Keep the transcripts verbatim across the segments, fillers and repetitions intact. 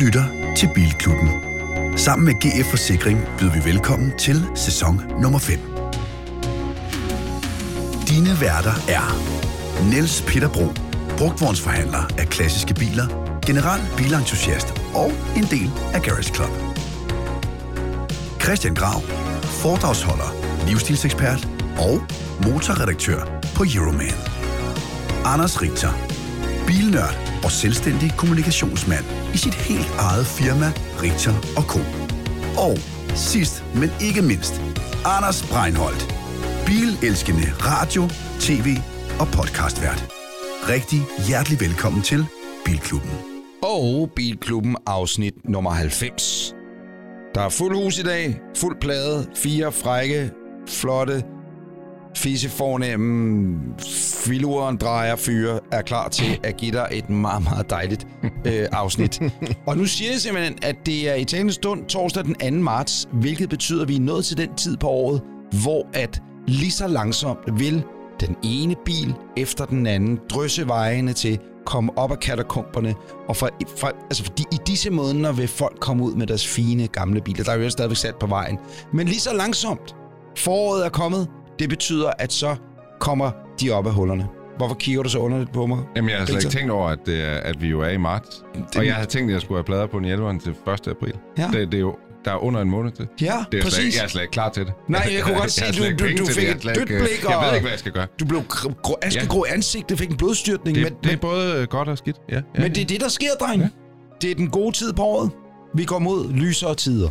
lytter til Bilklubben. Sammen med G F Forsikring byder vi velkommen til sæson nummer fem. Dine værter er Niels Peter Bro, brugtvognsforhandler af klassiske biler, general bilentusiast og en del af Garage Club. Christian Grav, foredragsholder, livsstilsekspert og motorredaktør på Euroman. Anders Richter, bilnørd og selvstændig kommunikationsmand i sit helt eget firma Richter og Co. Og sidst, men ikke mindst, Anders Breinholt, bilelskende radio, tv og podcastvært. Rigtig hjertelig velkommen til Bilklubben. Og Bilklubben afsnit nummer halvfems. Der er fuld hus i dag, fuld plade, fire frække, flotte, fissefornemme, filuren, drejer, fyre er klar til at give dig et meget, meget dejligt øh, afsnit. Og nu siger jeg simpelthen, at det er i talende stund torsdag den anden marts, hvilket betyder, at vi er nået til den tid på året, hvor at lige så langsomt vil den ene bil efter den anden drysse vejene til komme op af katakomberne, og for, for, altså fordi i disse måneder vil folk komme ud med deres fine gamle biler. Der er jo stadigvæk sat på vejen. Men lige så langsomt foråret er kommet, det betyder, at så kommer de op af hullerne. Hvorfor kigger du så underligt på mig? Jamen, jeg har slet ikke tænkt over, at, det er, at vi jo er i marts. Det... Og jeg havde tænkt, at jeg skulle have plader på den hjælperen til første april. Ja. Det, det er jo, der er under en måned til. Ja, det er præcis. Slet, jeg er slet ikke klar til det. Nej, jeg kunne godt se, at du, du, du fik et dødt blik, og jeg ved ikke, hvad jeg skal gøre. Du blev askegrå ja. ansigt, du fik en blodstyrtning. Det, men, det er men, både godt og skidt, ja. ja men ja. det er det, der sker, dreng. Ja. Det er den gode tid på året. Vi går mod lysere tider.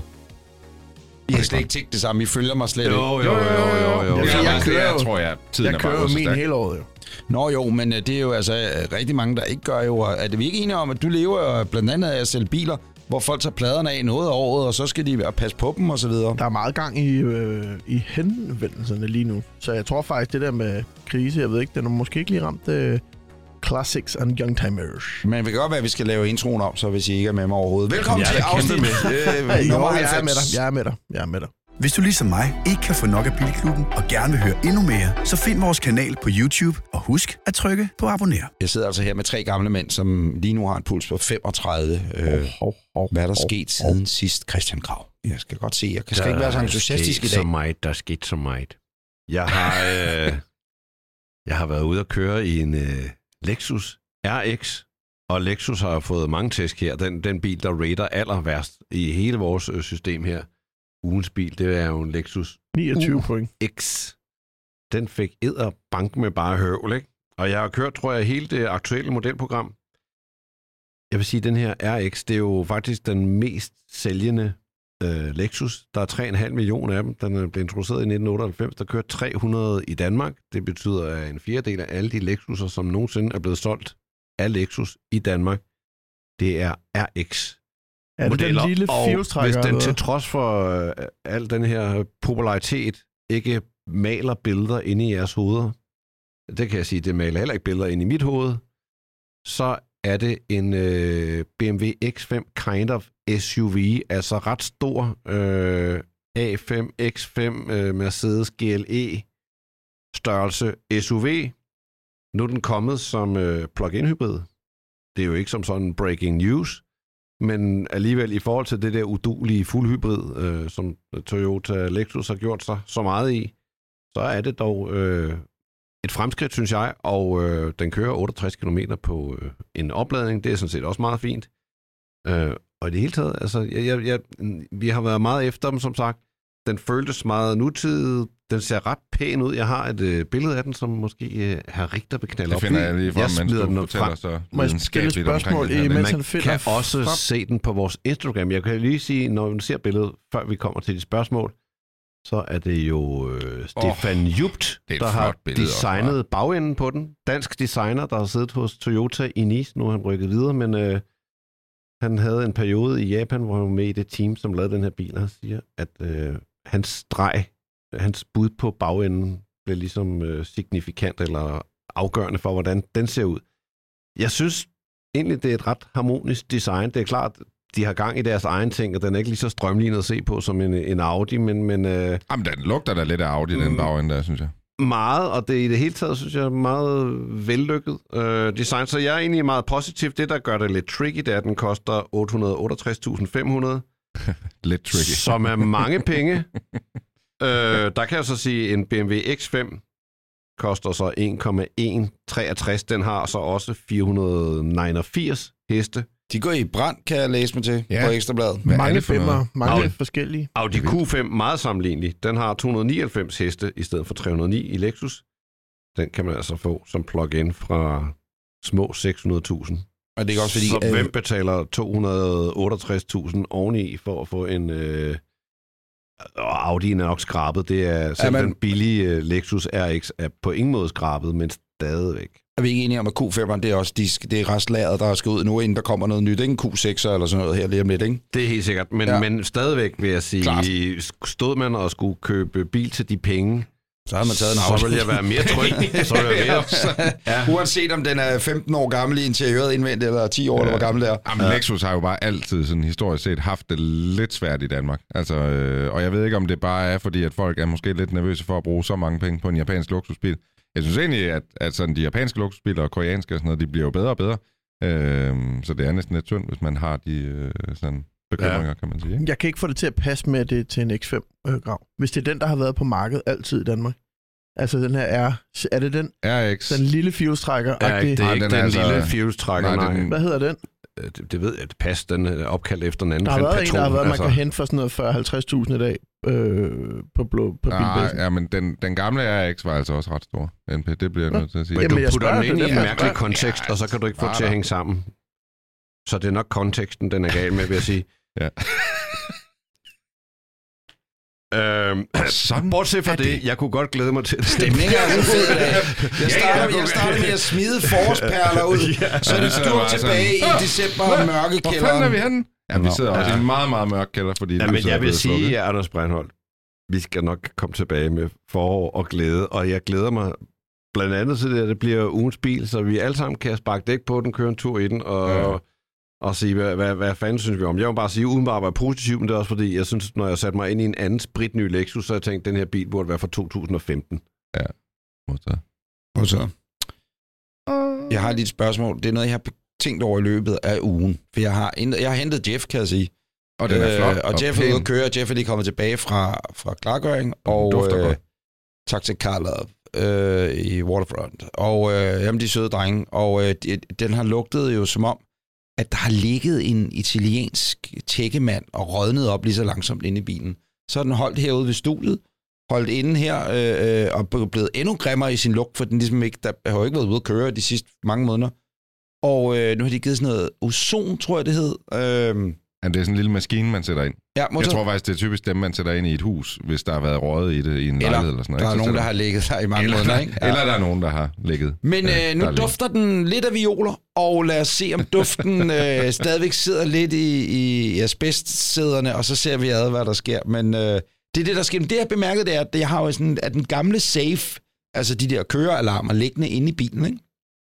I har slet ikke tænkt det samme. I følger mig slet ikke. Jo, jo, jo, jo, jo. Jeg, jeg, kører, jeg tror, jeg tiden jeg kører jo min hele året, jo. Nå jo, men det er jo altså rigtig mange, der ikke gør jo. Er det vi ikke enige om, at du lever blandt andet af at sælge biler, hvor folk tager pladerne af noget af året, og så skal de passe på dem og så videre? Der er meget gang i, øh, i henvendelserne lige nu. Så jeg tror faktisk, det der med krise, jeg ved ikke, den er måske ikke lige ramt øh, Classics and Youngtimers. Men det kan godt være, at vi skal lave introen om, så hvis I ikke er med mig overhovedet. Velkommen til afsnit øh, nummer halvfems. Jeg er med dig, jeg er med dig, jeg er med dig. Hvis du ligesom mig ikke kan få nok af Bilklubben og gerne vil høre endnu mere, så find vores kanal på YouTube og husk at trykke på abonner. Jeg sidder altså her med tre gamle mænd, som lige nu har en puls på femogtredive. Øh, oh, oh, hvad er der oh, sket oh, siden oh. sidst, Christian Grav? Jeg skal godt se, jeg skal ikke være så entusiastisk i dag. Så meget, der er sket så meget. Jeg har, øh, jeg har været ude at køre i en øh, Lexus R X, og Lexus har fået mange tæsk her. Den, den bil, der rater aller værst i hele vores øh, system her. Ugens bil, det er jo en Lexus niogtyve point. X. Den fik edderbank med bare høvl, ikke? Og jeg har kørt, tror jeg, hele det aktuelle modelprogram. Jeg vil sige, den her R X, det er jo faktisk den mest sælgende øh, Lexus. Der er tre komma fem millioner af dem. Den er blevet introduceret i nitten otteoghalvfems. Der kører tre hundrede i Danmark. Det betyder, at en fjerdedel af alle de Lexuser, som nogensinde er blevet solgt af Lexus i Danmark, det er R X. Er det modeller, den lille firehjulstrækker? Hvis den til trods for uh, al den her popularitet ikke maler billeder inde i jeres hoveder, det kan jeg sige, det maler heller ikke billeder inde i mit hoved, så er det en uh, B M W X fem kind of S U V, altså ret stor uh, A fem X fem uh, Mercedes G L E størrelse S U V. Nu er den kommet som uh, plug-in hybrid. Det er jo ikke som sådan breaking news, men alligevel i forhold til det der uduelige fuldhybrid, øh, som Toyota Lexus har gjort sig så meget i, så er det dog øh, et fremskridt, synes jeg, og øh, den kører otteogtres kilometer på øh, en opladning. Det er sådan set også meget fint. Øh, og i det hele taget, altså, jeg, jeg, jeg, vi har været meget efter dem, som sagt. Den føltes meget nutidig. Den ser ret pæn ud. Jeg har et øh, billede af den, som måske øh, herr Richter vil knalde op i. Det finder jeg lige frem, mens du fortæller så må jeg stille et spørgsmål i, mens han finder Man kan også frem. se den på vores Instagram. Jeg kan lige sige, når man ser billedet, før vi kommer til de spørgsmål, så er det jo øh, Stefan oh, Jupt, der har designet også, bagenden på den. Dansk designer, der har siddet hos Toyota i Nice. Nu har han rykket videre, men øh, han havde en periode i Japan, hvor han var med i det team, som lavede den her bil, og han siger, at øh, hans streg, hans bud på bagenden bliver ligesom øh, signifikant eller afgørende for, hvordan den ser ud. Jeg synes egentlig, det er et ret harmonisk design. Det er klart, de har gang i deres egen ting, og den er ikke lige så strømlignet at se på som en, en Audi, men... men øh, Jamen, den lugter da lidt af Audi, mm, den bagende der, synes jeg. meget, og det i det hele taget, synes jeg, er meget vellykket øh, design. Så jeg er egentlig meget positiv. Det, der gør det lidt tricky, det er, at den koster otte hundrede og otteogtres tusind fem hundrede. Lidt tricky. Som er mange penge. øh, der kan jeg så sige, at en B M W X fem koster så en komma en treogtres. Den har så også fire hundrede og niogfirs heste. De går i brand, kan jeg læse mig til ja. på Ekstrabladet. Mange femmer, mange Audi, forskellige. Audi Q fem, meget sammenlignelig. Den har to hundrede og nioghalvfems heste i stedet for tre hundrede og ni i Lexus. Den kan man altså få som plug-in fra små seks hundrede tusind. Og det er også fordi, så øh... hvem betaler to hundrede og otteogtres tusind oveni for at få en... Øh... Audi'en er nok skrabet. Det er selv ja, men... den billige Lexus R X er på ingen måde skrabet, men stadigvæk. Er vi ikke enige om, at Q fem'eren, det er også de, det er restlæret, der skal ud nu, inden der kommer noget nyt, ikke? En Q sekser eller sådan noget her lige om lidt, ikke? Det er helt sikkert, men, ja. men stadigvæk vil jeg sige, Klart. stod man og skulle købe bil til de penge, så har man taget en Audi. Så vil jeg være mere tryg. Så vil jeg mere... ja. Uanset om den er femten år gammel i interiøret indvendigt, eller ti år, ja. eller hvor gammel det er. Jamen, ja. Lexus har jo bare altid sådan historisk set haft det lidt svært i Danmark. Altså, øh, og jeg ved ikke, om det bare er, fordi at folk er måske lidt nervøse for at bruge så mange penge på en japansk luksusbil. Jeg synes egentlig, at, at sådan de japanske luksusbiler og koreanske og sådan noget, de bliver jo bedre og bedre. Øh, så det er næsten lidt synd, hvis man har de øh, sådan bekymringer, ja. kan man sige. Ikke? Jeg kan ikke få det til at passe med det til en X fem grav. Øh, hvis det er den, der har været på markedet altid i Danmark. Altså den her er... Er det den? R X. Den lille fjolstrækker. Ja, det er ikke den, den altså, lille fjolstrækker, nej. Den, Hvad hedder den? Det, det ved jeg, det passer. Den er opkaldt efter en anden. Der har været en, der har været, altså. man kan hente for sådan noget fyrre til halvtreds tusind i dag øh, på, blå, på bilbasen. Ja, men den, den gamle R X var altså også ret stor. N P, det bliver jeg nødt til at sige. Men Jamen, du putter den ind i en mærkelig spørger. kontekst, og så kan du ikke få det til at hænge sammen. Så det er nok konteksten, den er gal med, vil jeg sige. Ja. Øhm, Sådan bortset fra det, det, jeg kunne godt glæde mig til det. Stemningen er så fed i dag. Jeg starter, jeg starter med at smide forårsperler ud, ja, så er det stort tilbage sådan. I december og mørkekælderen. Hvor fanden er vi henne? Ja, vi sidder også ja. i en meget, meget mørk kælder, fordi... Ja, men jeg vil sige, ja, Anders Breinholt, vi skal nok komme tilbage med forår og glæde, og jeg glæder mig blandt andet til det, at det bliver ugens bil, så vi alle sammen kan sparke dæk på den, køre en tur i den, og... Ja. og sige, hvad, hvad, hvad fanden synes vi om. Jeg vil bare sige, uden bare at være positiv, men det er også fordi, jeg synes, når jeg satte mig ind i en anden spritny Lexus, så jeg tænkte, at den her bil burde være fra to tusind og femten. Ja, modtaget. Modtaget. Jeg har lige et spørgsmål. Det er noget, jeg har tænkt over i løbet af ugen. For jeg har, jeg har hentet Jeff, kan jeg sige. Og den er flot. Øh, og Jeff er ude at køre. Jeff er lige kommet tilbage fra, fra klargøring. Og øh, tak til Carl øh, i Waterfront. Og øh, jamen, de søde drenge. Og øh, de, den har lugtet jo som om, at der har ligget en italiensk tækkemand og rådnet op lige så langsomt inde i bilen. Så er den holdt herude ved studiet, holdt inde her øh, og blevet endnu grimmere i sin lugt, for den ligesom ikke, der har jo ikke været ude at køre de sidste mange måneder. Og øh, nu har de givet sådan noget ozon, tror jeg det hed. Øh, Ja, det er sådan en lille maskine, man sætter ind. Ja, jeg tror faktisk, det er typisk dem, man sætter ind i et hus, hvis der har været røget i det i en eller lejlighed eller sådan noget. Der er ikke? nogen, der har ligget der i mange eller måneder, der, ikke? Ja. Eller der er nogen, der har ligget. Men øh, nu dufter den lidt af violer, og lad os se, om duften øh, stadigvæk sidder lidt i, i asbestsæderne, og så ser vi ad, hvad der sker. Men øh, det er det, der sker. Det, jeg bemærket, det er, at jeg har jo sådan, at den gamle safe, altså de der kørealarmer, liggende inde i bilen, ikke?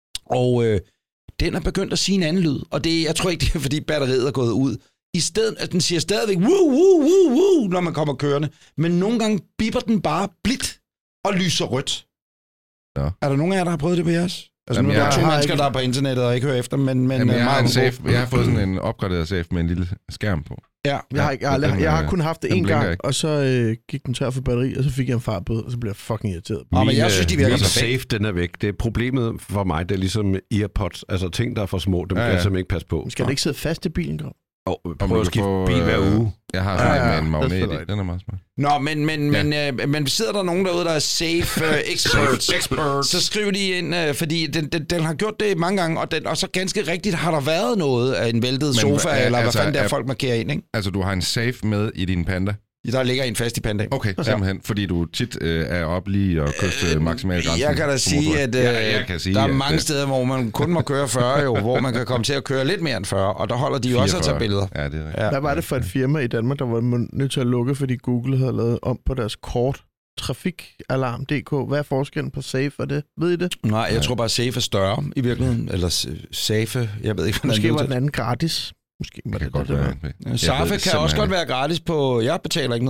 Og øh, den er begyndt at sige en anden lyd, og det, jeg tror ikke, det er, fordi batteriet er gået ud. I stedet, at den siger stadigvæk, woo, woo, woo, woo, når man kommer kørende. Men nogle gange bipper den bare blidt og lyser rødt. Ja. Er der nogen af jer, der har prøvet det på jeres? Altså Jamen, nu er der to mennesker, ikke... der er på internettet og ikke hører efter, men... men Jamen, jeg, har en safe, på. jeg har fået sådan en opgraderet safe med en lille skærm på. Ja, jeg har, jeg, har, jeg, jeg har kun haft det en gang, ikke. Og så øh, gik den tør for batteri, og så fik jeg en fartbøde, og så blev jeg fucking irriteret. Min, men jeg synes, de virker safe, den er væk. Det er problemet for mig, det er ligesom earpods, altså ting, der er for små, dem ja, ja. kan jeg simpelthen ikke passe på. Men skal det ikke sidde fast i bilen, Grav? Oh, prøv at skifte få, bil hver uge. Jeg har sådan ja, ja, med en magnet i. Den er meget smart. Nå, men, men, ja. men, øh, men sidder der nogen derude, der er safe uh, experts, experts, så skriv de ind, uh, fordi den, den, den har gjort det mange gange, og, den, og så ganske rigtigt har der været noget af en væltet men, sofa, ja, eller altså, hvad fanden der folk markerer ind, ikke? Altså, du har en safe med i din Panda? Der ligger en fast i Panda. Okay, simpelthen, ja. Fordi du tit øh, er op lige og kyster øh, maksimal grænsen. Jeg kan da sige, at øh, ja, jeg kan sige, der er at, mange det... steder, hvor man kun må køre fyrre, jo, hvor man kan komme til at køre lidt mere end fyrre, og der holder de jo også at tage billeder. Ja, det er rigtigt. Ja. Hvad var det for et firma i Danmark, der var nødt til at lukke, fordi Google havde lavet om på deres kort? Trafikalarm punktum d k. Hvad er forskellen på safe og det? Ved I det? Nej, jeg ja. tror bare, safe er større i virkeligheden. Eller safe, jeg ved ikke, hvordan Måske var den anden gratis. Måske var det, det, det, det, det. Safe kan også godt være gratis på... Jeg betaler ikke noget for den.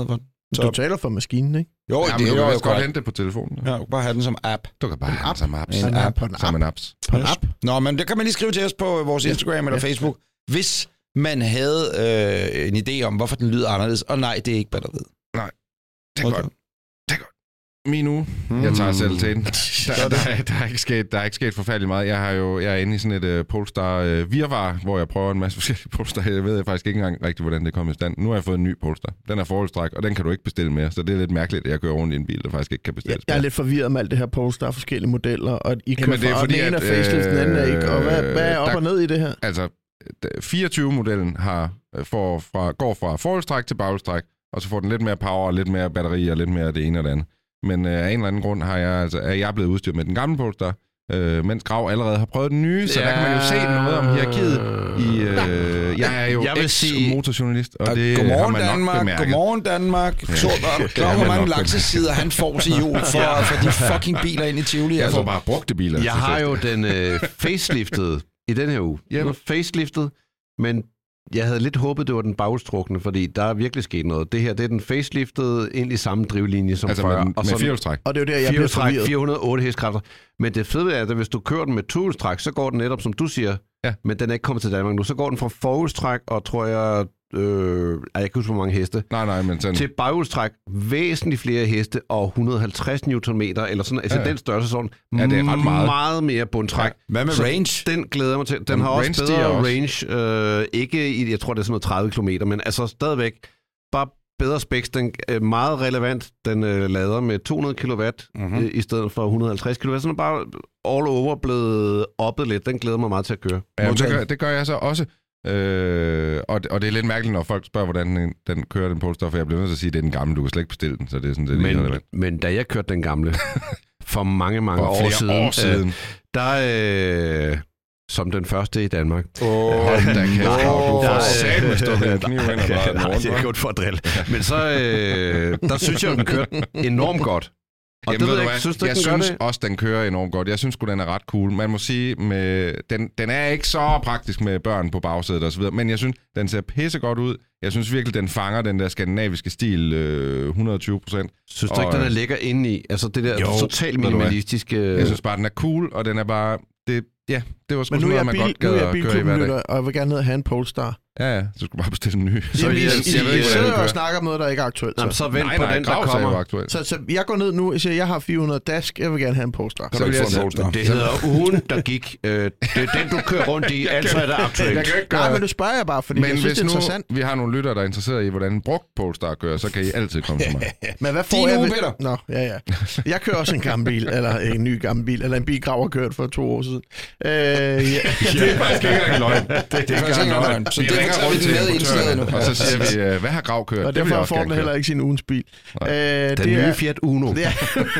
Så du taler for maskinen, ikke? Jo, Ja, det du er kan jo også godt godt. hente det på telefonen. Ja, du kan bare have den som app. Du kan bare have den som apps. En app. På en Som app. en apps. På en app. Nå, men det kan man lige skrive til os på vores Instagram eller Ja. Facebook, hvis man havde øh, en idé om, hvorfor den lyder anderledes. Og nej, det er ikke batteriet. Det er godt. Det er godt. Min uge. Jeg tager selv til den. Der, der, der, der, er ikke sket, der er ikke sket forfærdeligt meget. Jeg, har jo, jeg er inde i sådan et uh, Polestar uh, virvar, hvor jeg prøver en masse forskellige Polestar. Jeg ved faktisk ikke engang rigtigt, hvordan det kommer i stand. Nu har jeg fået en ny Polestar. Den er forholdstræk, og den kan du ikke bestille mere. Så det er lidt mærkeligt, at jeg kører rundt i en bil, der faktisk ikke kan Jeg, bestilles. jeg er lidt forvirret med alt det her Polestar, forskellige modeller, og I kører Jamen, det er fra fordi, den ene at, af facelift, den anden er ikke. Og hvad, øh, hvad er op der- og ned i det her? Altså, fireogtyve-modellen har, får fra, går fra forholdstræk til baghjulstræk, og så får den lidt mere power, og lidt mere batteri, og lidt mere det ene og det andet. Men øh, af en eller anden grund har jeg, altså, er jeg blevet udstyret med den gamle Polestar, øh, mens Grav allerede har prøvet den nye, så ja. Der kan man jo se noget om hierarkiet. I, øh, jeg er jo Jeg vil sige- ex-motorjournalist, og det har Godmorgen man nok Danmark, bemærket. godmorgen Danmark. Ja. Så Det klar, har hvor man mange nok laksesider han får til jul for, for de fucking biler ind i Tivoli. Jeg Altså. får bare brugte biler. Jeg til har fest. jo den øh, faceliftet i den her uge. Ja. Den er faceliftet, men jeg havde lidt håbet, det var den bagstrukne, fordi der er virkelig sket noget. Det her, det er den faceliftede, egentlig samme drivlinje som Altså før. med, og med så firehjulstræk. Og det er jo der, jeg bliver firehjulstræk, forvirret. fire hundrede og otte hestekræfter. Men det fede er, at hvis du kører den med tohjulstræk, så går den netop, som du siger, Ja. men den er ikke kommet til Danmark nu. Så går den fra forhjulstræk, og tror jeg, øh, jeg kan ikke huske, hvor mange heste, Nej, nej, men sådan... til baghjulstræk væsentligt flere heste og et hundrede og halvtreds newtonmeter, eller sådan, altså Ja, ja. den størrelse sådan. Ja, det er ret meget. Meget mere bundtræk. Hvad med Så range? Den glæder jeg mig til. Den Jamen, har også range bedre stiger også. range. Øh, ikke i, jeg tror, det er sådan noget tredive kilometer, men altså stadigvæk bare bedre specs. Den er meget relevant. Den øh, lader med to hundrede kilowatt Mhm. øh, i stedet for et hundrede og halvtreds kilowatt. Så den er bare all over blevet oppet lidt. Den glæder mig meget til at køre. Ja, det, Modtaget. gør, det gør jeg så også. Øh, og, og det er lidt mærkeligt, når folk spørger, hvordan den, den kører, den Polestar, for jeg bliver nødt til at sige, at det er den gamle. Du kan slet ikke bestille den, så det er sådan, det er lige Men, relevant. men da jeg kørte den gamle, for mange, mange For år flere siden, år siden. Øh, der... Øh, som den første i Danmark. Åh, Hold da kæft, nej. Grav, du Der får er- satme stukket en kniv ind og drejet den Nej, rundt, det er hva'? gjort for at drille. Men så, øh, der synes jeg, at den kørte enormt godt. Og Jamen, det ved ved du jeg hvad? ikke, synes du jeg ikke, den gør synes det? også, den kører enormt godt. Jeg synes sgu, den er ret cool. Man må sige, med, den, den er ikke så praktisk med børn på bagsædet og så videre, men jeg synes, den ser pisse godt ud. Jeg synes virkelig, den fanger den der skandinaviske stil øh, et hundrede og tyve procent. Synes du Og, ikke, den er øh, lækker inde i? Altså det der Jo, totalt ved du hvad? minimalistiske... Jeg synes bare, den er cool, og den er bare... Det, ja, det var sgu Men sådan nu er noget, jeg, man bil, godt nu er gad jeg at køre i hver dag. bilklublytter, og jeg vil gerne ned og have en Polestar. Ja, ja, så skulle du bare bestille en ny. Så Jamen, I, jeg- I, jeg ved I, ikke, I hvordan sidder den og kører. snakker om noget, der ikke er aktuelt. Jamen, så vent Nej, på nej, den, der Grav sagde jo kommer. aktuelt. Så, så jeg går ned nu og siger, jeg har fire hundrede dask, jeg vil gerne have en Polestar. Kan du ikke få en Polestar? Det hedder ugen, der gik. Øh, det er den, du kører rundt i. Altså er det aktuelt. Jeg kan ikke gøre... Nej, men nu spørger jeg bare, fordi Men jeg synes, hvis det er nu interessant. vi har nogle lyttere, der er interesseret i, hvordan en brugt Polestar kører, så kan I altid komme til mig. Men hvad får Din jeg? uge, ved- Peter. Nå, ja, ja. Jeg kører også en gammel bil, eller en ny gammel bil, eller en bil, Grav har kørt for to år siden. Øh, ja. Det er faktisk ikke engang løgn. Det, det Det er faktisk ikke engang løgn. Så det tager vi den med i indslaget nu. Og så siger vi, øh, hvad har Grav kørt? Og Det vil jeg derfor også får gerne den køre. heller ikke sin ugens bil. Øh, Den det nye er- Fiat Uno. Ja.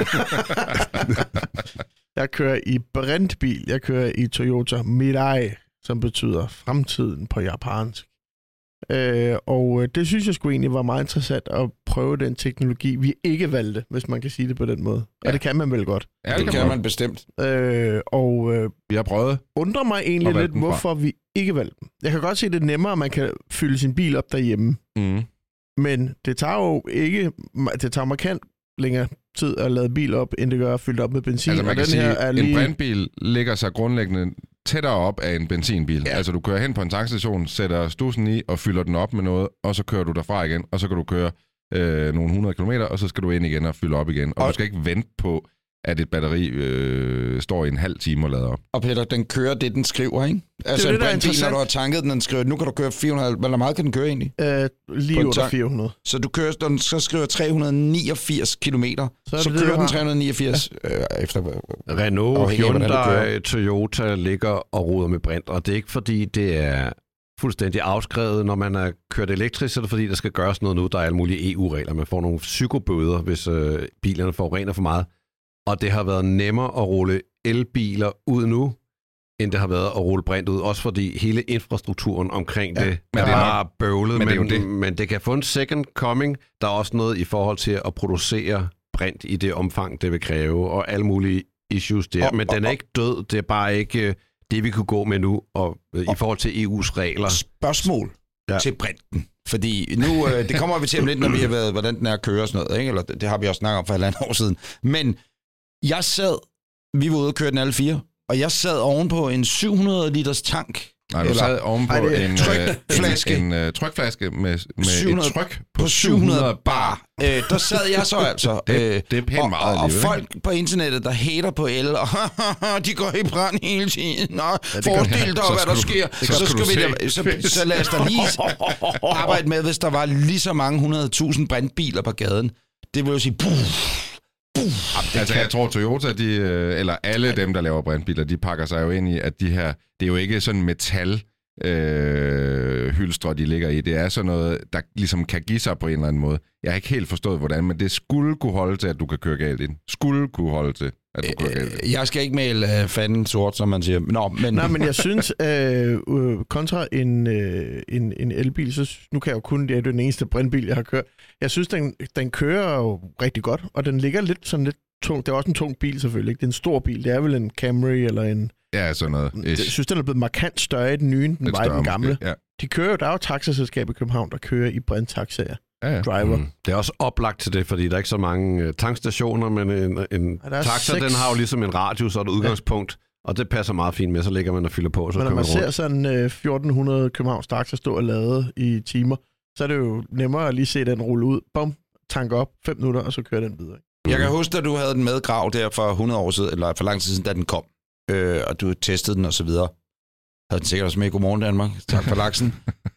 Jeg kører i brintbil. Jeg kører i Toyota Mirai, som betyder fremtiden på japansk. Øh, og øh, det synes jeg sgu egentlig var meget interessant at prøve den teknologi, vi ikke valgte, hvis man kan sige det på den måde. Ja. Ja. Og det kan man vel godt. Ja, Det kan man bestemt. Øh, og øh, Vi har prøvet. undrer mig Og egentlig valgte lidt, den fra. hvorfor vi ikke valgte dem. Jeg kan godt se, det er nemmere, at man kan fylde sin bil op derhjemme. Mm. Men det tager jo ikke, det tager markant længere tid at lade bil op, end det gør at fylde op med benzin. Altså man og kan den sige, her er at lige... en brintbil ligger sig grundlæggende tættere op af en benzinbil. Ja. Ja. Altså du kører hen på en tankstation, sætter studsen i og fylder den op med noget, og så kører du derfra igen, og så kan du køre øh, nogle hundrede kilometer, og så skal du ind igen og fylde op igen. Og, Og- du skal ikke vente på, at et batteri øh, står i en halv time og lader op. Og Peter, den kører det, den skriver, ikke? Altså det, en der er brintbil, når interessant. du har tanket den, den skriver, nu kan du køre fire hundrede... Hvor meget kan den køre egentlig? Øh, lige På en under tank. fire hundrede. Så du kører, når den så skriver tre hundrede og niogfirs kilometer, Så så, er så det det, kører du den har. tre hundrede og niogfirs øh, efter... Renault, Afhængig af, hvordan det Hyundai, Toyota ligger og roder med brint, og det er ikke fordi, det er fuldstændig afskrevet. Når man har kørt elektrisk, så er det fordi, der skal gøres noget nu. Der er alle mulige E U-regler. Man får nogle psykobøder, hvis øh, bilerne forurener for meget. Og det har været nemmere at rulle elbiler ud nu, end det har været at rulle brint ud. Også fordi hele infrastrukturen omkring Ja, det men er det er bare bøvlet. men Men, det er jo det. men det kan få en second coming. Der er også noget i forhold til at producere brint i det omfang, det vil kræve, og alle mulige issues der. Og- Men den er og- ikke død. Det er bare ikke øh, det, vi kunne gå med nu, og, øh, i forhold til E U's regler. Spørgsmål Ja. ja. til brinten. Fordi nu, øh, det kommer vi til om lidt, når vi har været, hvordan den er at køre og sådan noget, ikke? Eller det har vi også snakket om for halvandet år siden. Men jeg sad, vi var ude og køre den alle fire, og jeg sad ovenpå en syv hundrede liters tank. Nej, du sad ovenpå Ej, en trykflaske en, en, uh, trykflaske med, med et tryk på syv hundrede bar. Øh, der sad jeg så altså. det, øh, det er pænt og, meget. Og, og livet, folk på internettet, der hater på el, og de går i brand hele tiden. Nå, ja, forestil dig, hvad der du, sker. Så, så, skal vi der, så, så lad os da lige arbejde med, hvis der var lige så mange hundrede tusind brandbiler på gaden. Det vil jo sige... Puff, puff, altså, kan... jeg tror, Toyota, de, eller alle dem, der laver brandbiler, de pakker sig jo ind i, at de her... Det er jo ikke sådan metal... Øh, hylstre, de ligger i. Det er sådan noget, der ligesom kan give sig på en eller anden måde. Jeg har ikke helt forstået, hvordan, men det skulle kunne holde til, at du kan køre galt ind. Skulle kunne holde til, at du kører galt ind. Jeg skal ikke male uh, fanden sort, som man siger. Nå, men... Nej, men jeg synes, øh, øh, kontra en, øh, en, en elbil, så nu kan jeg jo kun, det er den eneste brandbil, jeg har kørt. Jeg synes, den, den kører jo rigtig godt, og den ligger lidt sådan lidt tung. Det er også en tung bil selvfølgelig, ikke? Det er en stor bil. Det er vel en Camry eller en... Ja, sådan noget. Jeg synes, den er blevet markant større i den nye, end den var i den gamle. Ja. De kører jo, der er jo taxaselskab i København, der kører i brandtaxaer. Ja, ja. Driver. Mm. Det er også oplagt til det, fordi der er ikke så mange uh, tankstationer, men en, en ja, taxa, seks... den har jo ligesom en radius og et udgangspunkt, ja. Og det passer meget fint med, så ligger man og fylder på, så men når man, man ser sådan uh, fjorten hundrede Københavns taxa stå og lade i timer, så er det jo nemmere at lige se den rulle ud, bum, tanke op, fem minutter, og så kører den videre. Jeg kan huske, at du havde den med Grav der for hundrede år siden, eller for lang tid siden, da den kom. Øh, og du testede den og så videre. Havde den sikkert også med i Godmorgen Danmark. Tak for laksen.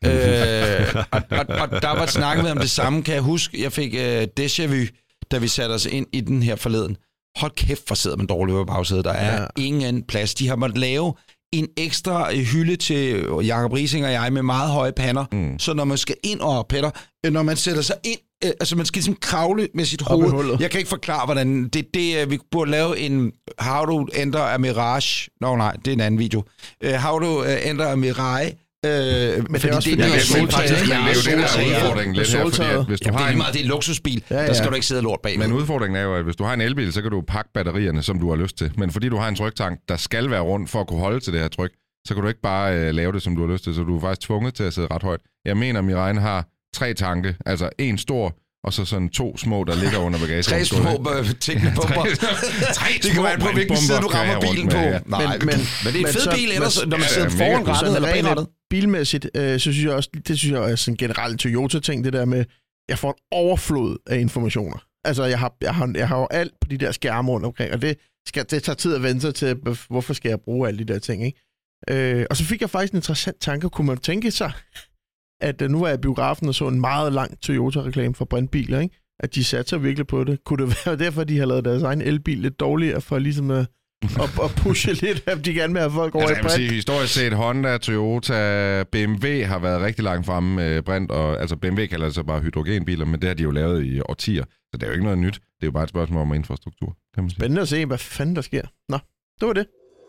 øh, og, og, og der var snakket med om det samme, kan jeg huske. Jeg fik øh, déjà vu, da vi satte os ind i den her forleden. Hold kæft, hvor sidder man dårligt på bagsædet. Der er ja. ingen plads. De har måttet lave en ekstra hylde til Jakob Riesing og jeg med meget høje pander. Mm. Så når man skal ind og Peter, når man sætter sig ind, øh, altså man skal ligesom kravle med sit hoved. Jeg kan ikke forklare, hvordan det det vi burde lave en How to Enter a Mirage. Nå no, nej, det er en anden video. Uh, how to uh, Enter a Mirage. Øh, men det er også det, det, det, det, det, det, det er jo det, der er udfordringen lidt her, fordi at hvis du ja, har det er en... meget, det er en luksusbil, ja, ja. Der skal du ikke sidde lort bag. Men udfordringen er jo, at hvis du har en elbil, så kan du pakke batterierne, som du har lyst til. Men fordi du har en tryktank, der skal være rundt for at kunne holde til det her tryk, så kan du ikke bare øh, lave det, som du har lyst til, så du er faktisk tvunget til at sidde ret højt. Jeg mener, at Mirai har tre tanke, altså en stor, og så sådan to små, der ligger under bagagen. Tre små tænkepumper. Tre det kan være på, hvilken side du rammer bilen på. Ja. Nej, men, men, men det er en fed bil, ellers, når man sidder foran rettet eller bag rettet. Bilmæssigt, øh, så synes jeg også, det synes jeg er sådan generelt Toyota-ting, det der med, jeg får en overflod af informationer. Altså, jeg har, jeg har, jeg har jo alt på de der skærme rundt omkring, og det, skal, det tager tid at vende sig til, hvorfor skal jeg bruge alle de der ting, ikke? Øh, og så fik jeg faktisk en interessant tanke. Kunne man tænke sig, at nu var jeg i biografen og så en meget lang Toyota-reklame for brandbiler, ikke? At de satser virkelig på det. Kunne det være derfor, de har lavet deres egen elbil lidt dårligere, for ligesom at, at, at pushe lidt, at de gerne vil have folk over altså, i brand? Sige, historisk set, Honda, Toyota, B M W har været rigtig langt fremme med brand, og altså B M W kalder det så bare hydrogenbiler, men det har de jo lavet i årtier, så det er jo ikke noget nyt. Det er jo bare et spørgsmål om infrastruktur, kan man sige. Spændende at se, hvad fanden der sker. Nå, det var det.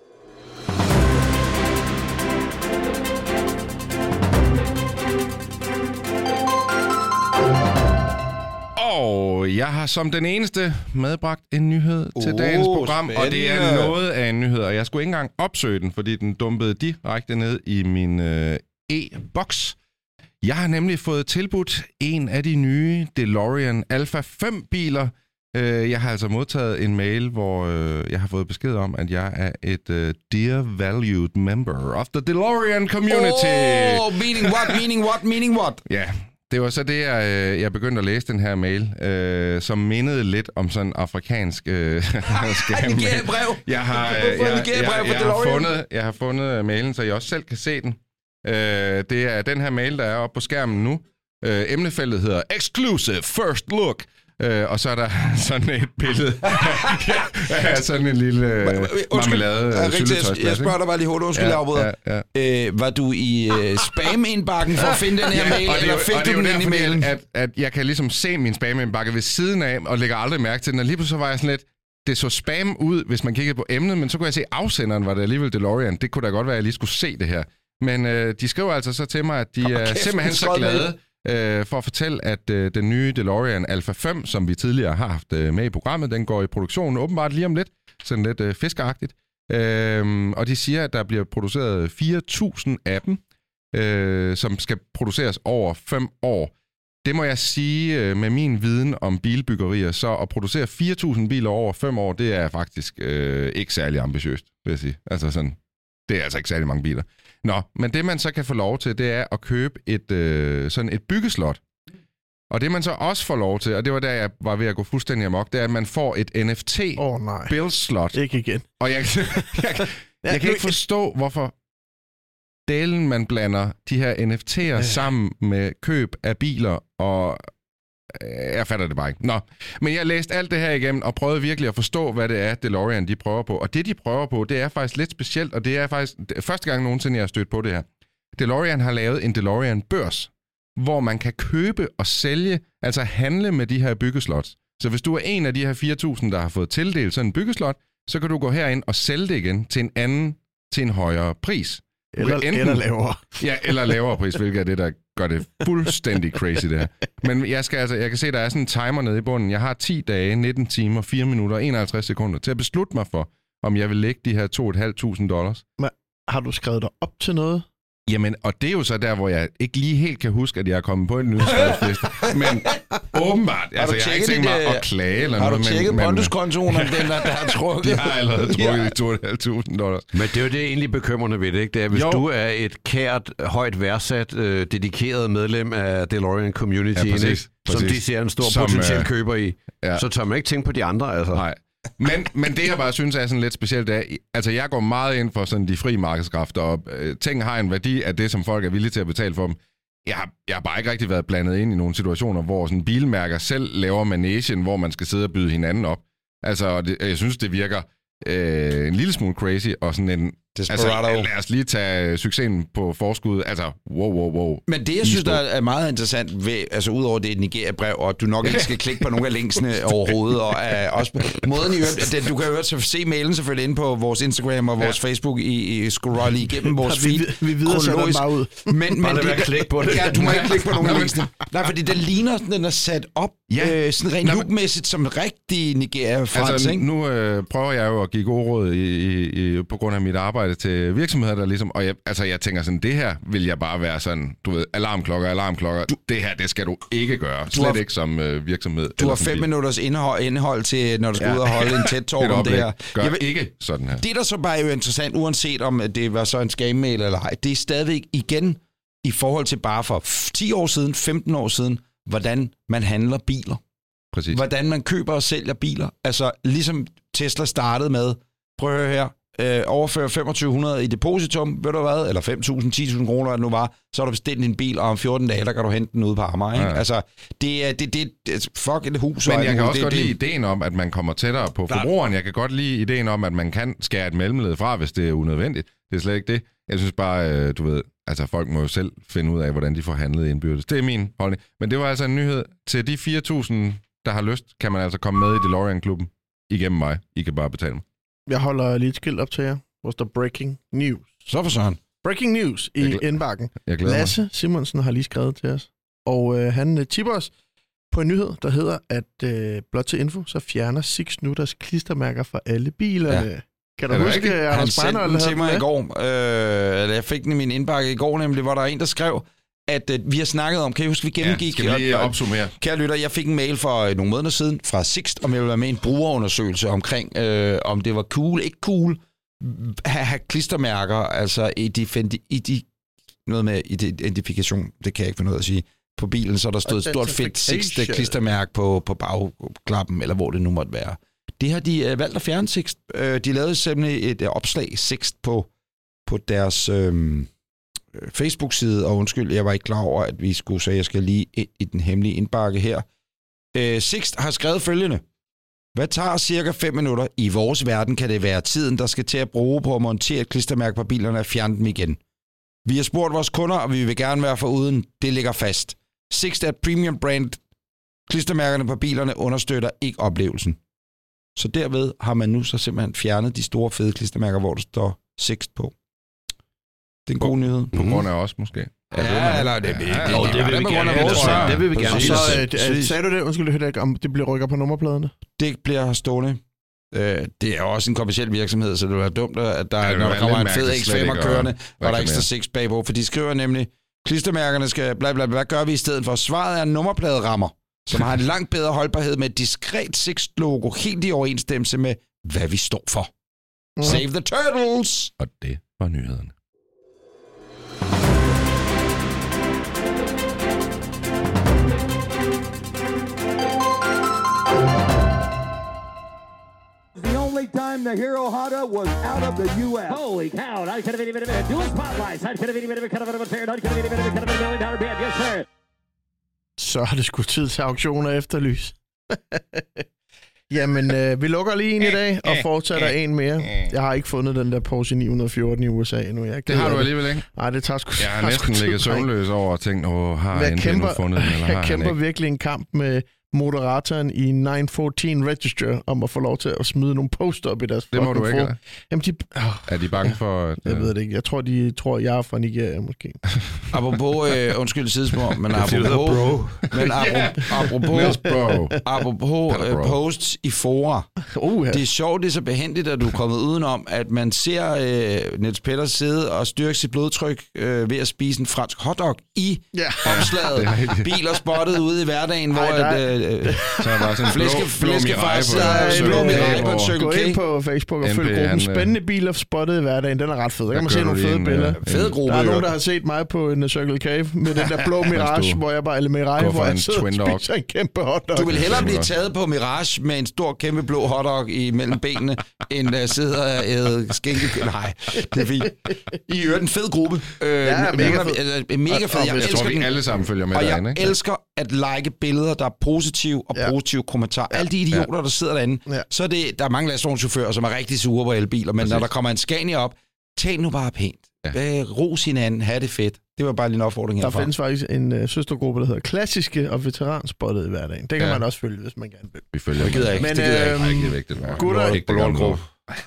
Og jeg har som den eneste medbragt en nyhed til oh, dagens program, spændende. Og det er noget af en nyhed, og jeg skulle ikke engang opsøge den, fordi den dumpede direkte ned i min øh, e-boks. Jeg har nemlig fået tilbudt en af de nye DeLorean Alpha fem-biler. Øh, jeg har altså modtaget en mail, hvor øh, jeg har fået besked om, at jeg er et øh, dear valued member of the DeLorean community. Oh, meaning what, meaning what, meaning what? Ja. Det var så det, jeg, jeg begyndte at læse den her mail, øh, som mindede lidt om sådan en afrikansk øh, skam. Nigeria-brev! Jeg har, øh, jeg, jeg, jeg, jeg, har fundet, jeg har fundet mailen, så jeg også selv kan se den. Øh, det er den her mail, der er oppe på skærmen nu. Øh, emnefeltet hedder Exclusive First Look. Øh, og så er der sådan et billede af sådan en lille øh, marmelade syltetøjsplads. Jeg spørger dig bare lige hurtigt, undskyld, ja, ja, ja. Øh, var du i øh, spam-indbakken for at finde den her ja, mail, eller fik du den ind i mailen? At, at jeg kan ligesom se min spam-indbakke ved siden af, og lægger aldrig mærke til den, og lige pludselig var jeg sådan lidt, det så spam ud, hvis man kiggede på emnet, men så kunne jeg se, at afsenderen var det alligevel DeLorean. Det kunne da godt være, at jeg lige skulle se det her. Men øh, de skriver altså så til mig, at de er okay, simpelthen så glade øh, for at fortælle, at øh, den nye DeLorean Alpha fem, som vi tidligere har haft øh, med i programmet, den går i produktion åbenbart lige om lidt. Sådan lidt øh, fiskeagtigt. Øh, og de siger, at der bliver produceret fire tusind af dem. øh, som skal produceres over fem år. Det må jeg sige øh, med min viden om bilbyggerier, så at producere fire tusind biler over fem år, det er faktisk øh, ikke særlig ambitiøst, vil jeg sige. Altså sådan, det er altså ikke særlig mange biler. Nå, men det man så kan få lov til, det er at købe et, øh, sådan et byggeslot. Og det man så også får lov til, og det var der, jeg var ved at gå fuldstændig amok, det er, at man får et N F T oh, nej. build-slot. Ikke igen. Og jeg, jeg, jeg, jeg kan ikke forstå, hvorfor delen man blander de her N F T'er øh. sammen med køb af biler, og jeg fatter det bare ikke. Nå, men jeg læste alt det her igennem, og prøvede virkelig at forstå, hvad det er, DeLorean de prøver på. Og det, de prøver på, det er faktisk lidt specielt, og det er faktisk det er første gang nogensinde, jeg har stødt på det her. DeLorean har lavet en DeLorean-børs, hvor man kan købe og sælge, altså handle med de her byggeslots. Så hvis du er en af de her fire tusind, der har fået tildelt sådan en byggeslot, så kan du gå herind og sælge det igen til en anden, til en højere pris. Eller, enten, eller lavere. Ja, eller lavere pris, hvilket er det, der gør det fuldstændig crazy, det her. Men jeg, skal altså, jeg kan se, der er sådan en timer nede i bunden. Jeg har ti dage, nitten timer, fire minutter og enoghalvtreds sekunder til at beslutte mig for, om jeg vil lægge de her to tusind fem hundrede dollars. Men har du skrevet dig op til noget? Jamen, og det er jo så der, hvor jeg ikke lige helt kan huske, at jeg er kommet på en nyhedsskriftsliste. Men åbenbart, altså jeg har ikke tænkt mig at klage eller har noget. Har du tjekket men, Pondus-kontoen om den, der, der har trukket? De har allerede trukket de to tusind fem hundrede dollars. Men det er jo det egentlig bekymrende ved det, ikke? Det er, hvis jo. du er et kært, højt værdsat, øh, dedikeret medlem af DeLorean Community, ja, præcis, præcis. som de ser en stor som, potentiel øh, køber i, ja. så tør man ikke tænke på de andre, altså. Nej. Men, men det, jeg bare synes er sådan lidt specielt, er, altså jeg går meget ind for sådan de frie markedskræfter, og øh, ting har en værdi af det, som folk er villige til at betale for dem. Jeg har, jeg har bare ikke rigtig været blandet ind i nogle situationer, hvor sådan bilmærker selv laver managen, hvor man skal sidde og byde hinanden op. Altså, det, jeg synes, det virker øh, en lille smule crazy, og sådan en... Altså, lad os lige tage succesen på forskud. Altså, wow, wow, wow. Men det, jeg synes, der er meget interessant ved, altså udover det Nigeria-brev, og du nok ikke skal klikke på nogle af linksene overhovedet, og uh, også måden i øvrigt, du kan jo også se mailen selvfølgelig inde på vores Instagram og vores ja. Facebook i, i scroll igennem vores feed. Vi, vi videre sætter bare ud. Men, men bare det, klikke på det. Ja, du må ikke klikke på nogle af linksene. Nej, fordi den ligner, den er sat op ja. øh, sådan rent lookmæssigt som rigtig Nigeria-frans, altså, ikke? Nu øh, prøver jeg jo at give gode råd i, i, i, på grund af mit arbejde til virksomheder, der ligesom, og jeg, altså jeg tænker sådan, det her vil jeg bare være sådan, du ved, alarmklokker, alarmklokker, du, det her, det skal du ikke gøre, slet har, ikke som øh, virksomhed. Du har fem minutters indhold, indhold til, når du skal ja. ud og holde en TED-talk om det her. Gør jeg vil, ikke sådan her. Det, der så bare er jo interessant, uanset om det var så en scam-mail eller ej, det er stadigvæk igen, i forhold til bare for ti år siden, femten år siden, hvordan man handler biler. Præcis. Hvordan man køber og sælger biler. Altså, ligesom Tesla startede med, prøv at høre her, øh, overfør femogtyve hundrede i depositum, ved du hvad, eller fem tusind, ti tusind kroner, hvad det nu var, så har du bestilt en bil, og om fjorten dage, der kan du hente den ude på Amager, ikke? Ja. Altså, det er, det, det, det, fuck et hus. Men jeg kan nu, også det, godt det, lide ideen om, at man kommer tættere på forbrugeren. Jeg kan godt lide ideen om, at man kan skære et mellemled fra, hvis det er unødvendigt. Det er slet ikke det. Jeg synes bare, du ved, altså folk må jo selv finde ud af, hvordan de får handlet indbyrdes. Det er min holdning. Men det var altså en nyhed. Til de fire tusind, der har lyst, kan man altså komme med i DeLorean-klubben igennem mig. I kan bare betale mig. Jeg holder lige et skilt op til jer. Hvor der breaking news. Så for sådan. Breaking news i glæ- indbakken. Lasse mig. Simonsen har lige skrevet til os. Og øh, han øh, tipper os på en nyhed, der hedder, at øh, blot til info, så fjerner Six nu deres klistermærker fra alle bilerne. Ja. Kan du huske, at han sendte den til mig i går. Øh, jeg fik den i min indbakke i går, nemlig, hvor der er en, der skrev, at øh, vi har snakket om, kan I huske, vi gennemgik... Ja, skal vi lige opsummere? Kære lytter, jeg fik en mail for øh, nogle måneder siden fra Sixt, om jeg ville være med i en brugerundersøgelse omkring, øh, om det var cool, ikke cool, have, have klistermærker, altså i de, i de, noget med identifikation, det kan jeg ikke finde noget at sige, på bilen, så der stod et stort fedt Sixt klistermærke på, på bagklappen, eller hvor det nu måtte være. Det har de øh, valgt at fjerne Sixt. Øh, de lavede simpelthen et øh, opslag Sixt på, på deres øh, Facebook-side, og undskyld, jeg var ikke klar over, at vi skulle, så jeg skal lige ind i den hemmelige indbakke her. Øh, Sixt har skrevet følgende. Hvad tager cirka fem minutter? I vores verden kan det være tiden, der skal til at bruge på at montere et klistermærke på bilerne og fjerne dem igen. Vi har spurgt vores kunder, og vi vil gerne være foruden. Det ligger fast. Sixt er et premium brand. Klistermærkerne på bilerne understøtter ikke oplevelsen. Så derved har man nu så simpelthen fjernet de store fede klistermærker, hvor der står Sixt på. Det er en god nyhed. På grund af os, måske. Ja, ja eller det, det, ja, det, det, det, det, vil vi gerne have. Det vil vi gerne. Så øh, sagde du det, undskyld, det, om det bliver rykker på nummerpladerne? Det bliver stående. Øh, det er jo også en kommerciel virksomhed, så det er dumt, at der, ja, når der kommer en fed X fem kørende, hvor der er ekstra mere. seks bagpå. For de skriver nemlig, klistermærkerne skal bla bla bla. Hvad gør vi i stedet for? Svaret er nummerpladerammer, som har en langt bedre holdbarhed med et diskret Sixt-logo, helt i overensstemmelse med, hvad vi står for. Mm. Save the turtles! Og det var nyhederne. The only time the Hero Honda was out of the U S Holy cow, I could have been even a dual spotlights. I could have been even a kind of a fair, I could have been even a kind of a million dollar band. Yes, sir. Så er det sgu tid til auktioner efterlys. Jamen, øh, vi lukker lige en i dag, og fortsætter en mere. Jeg har ikke fundet den der Porsche ni hundrede og fjorten i U S A endnu. Jeg det har du alligevel ikke? Nej, det tager sgu Jeg har næsten ligget søvnløs over og tænkt, åh, har jeg endelig nu fundet den, eller har jeg kæmper ikke? virkelig en kamp med moderatoren i ni fjorten Register om at få lov til at smide nogle poster op i deres Det må du ikke, eller? Jamen, de... Oh, Er de bange for... At, jeg ved det ikke. Jeg tror, de tror, jeg er fra Nigeria, måske. Apropos, øh, undskyld sidespor, men apropos, bro. men apropos, apropos, bro. apropos øh, posts i fora. Uh, ja. Det er sjovt, det er så behendigt, at du er kommet udenom, at man ser øh, Niels Petter sidde og styrke sit blodtryk øh, ved at spise en fransk hotdog i Ja. opslaget. Biler spottet ude i hverdagen, hvor Ej, der at, er- øh, Så er der bare sådan en blå, flæske, blå flæskefar mirai sidder på en blå mirai på en over- Circle Gå ind K. på Facebook og M P, følg gruppen han, øh, Spændende Biler spottet i hverdagen. Den er ret fed. Der kan man gør se du nogle lige fede en, billeder. øh, Fed gruppe, Der er nogen, jo. der har set mig på en Circle K med den der blå Mirage, du hvor jeg bare, eller Mirai, går for hvor jeg en sidder twin og dog. spiser en kæmpe hotdog. Du vil hellere blive godt. taget på Mirage med en stor, kæmpe blå hotdog imellem benene, end uh, sidde og æde skænke... Nej, det er fint. I øvrigt en fed gruppe. Øh, Ja, mega nævner vi- fed. altså, mega fed. Og- og Jeg hvis- Jeg tror, elsker vi den. alle sammen følger med Og derinde, jeg ikke? elsker at like billeder, der er positive og Ja. positive kommentarer. Alle de idioter, der sidder derinde. Ja. Så er det, der er mange lastvognschauffører, som er rigtig sure på elbiler, men Præcis. når der kommer en Scania op, tal nu bare pænt. Ja. Øh, ros hinanden, have det fedt. Det var bare lige en opfordring Der herfra. findes faktisk en uh, søstergruppe, der hedder Klassiske og Veteranspottet i hverdagen. Det kan Ja. man også følge, hvis man gerne vil. Vi følger Det gider jeg med. ikke. Men, det gider jeg øhm, ikke. Nej, ikke det er vigtigt. Nej. gutter, Ikke på lortgruppe.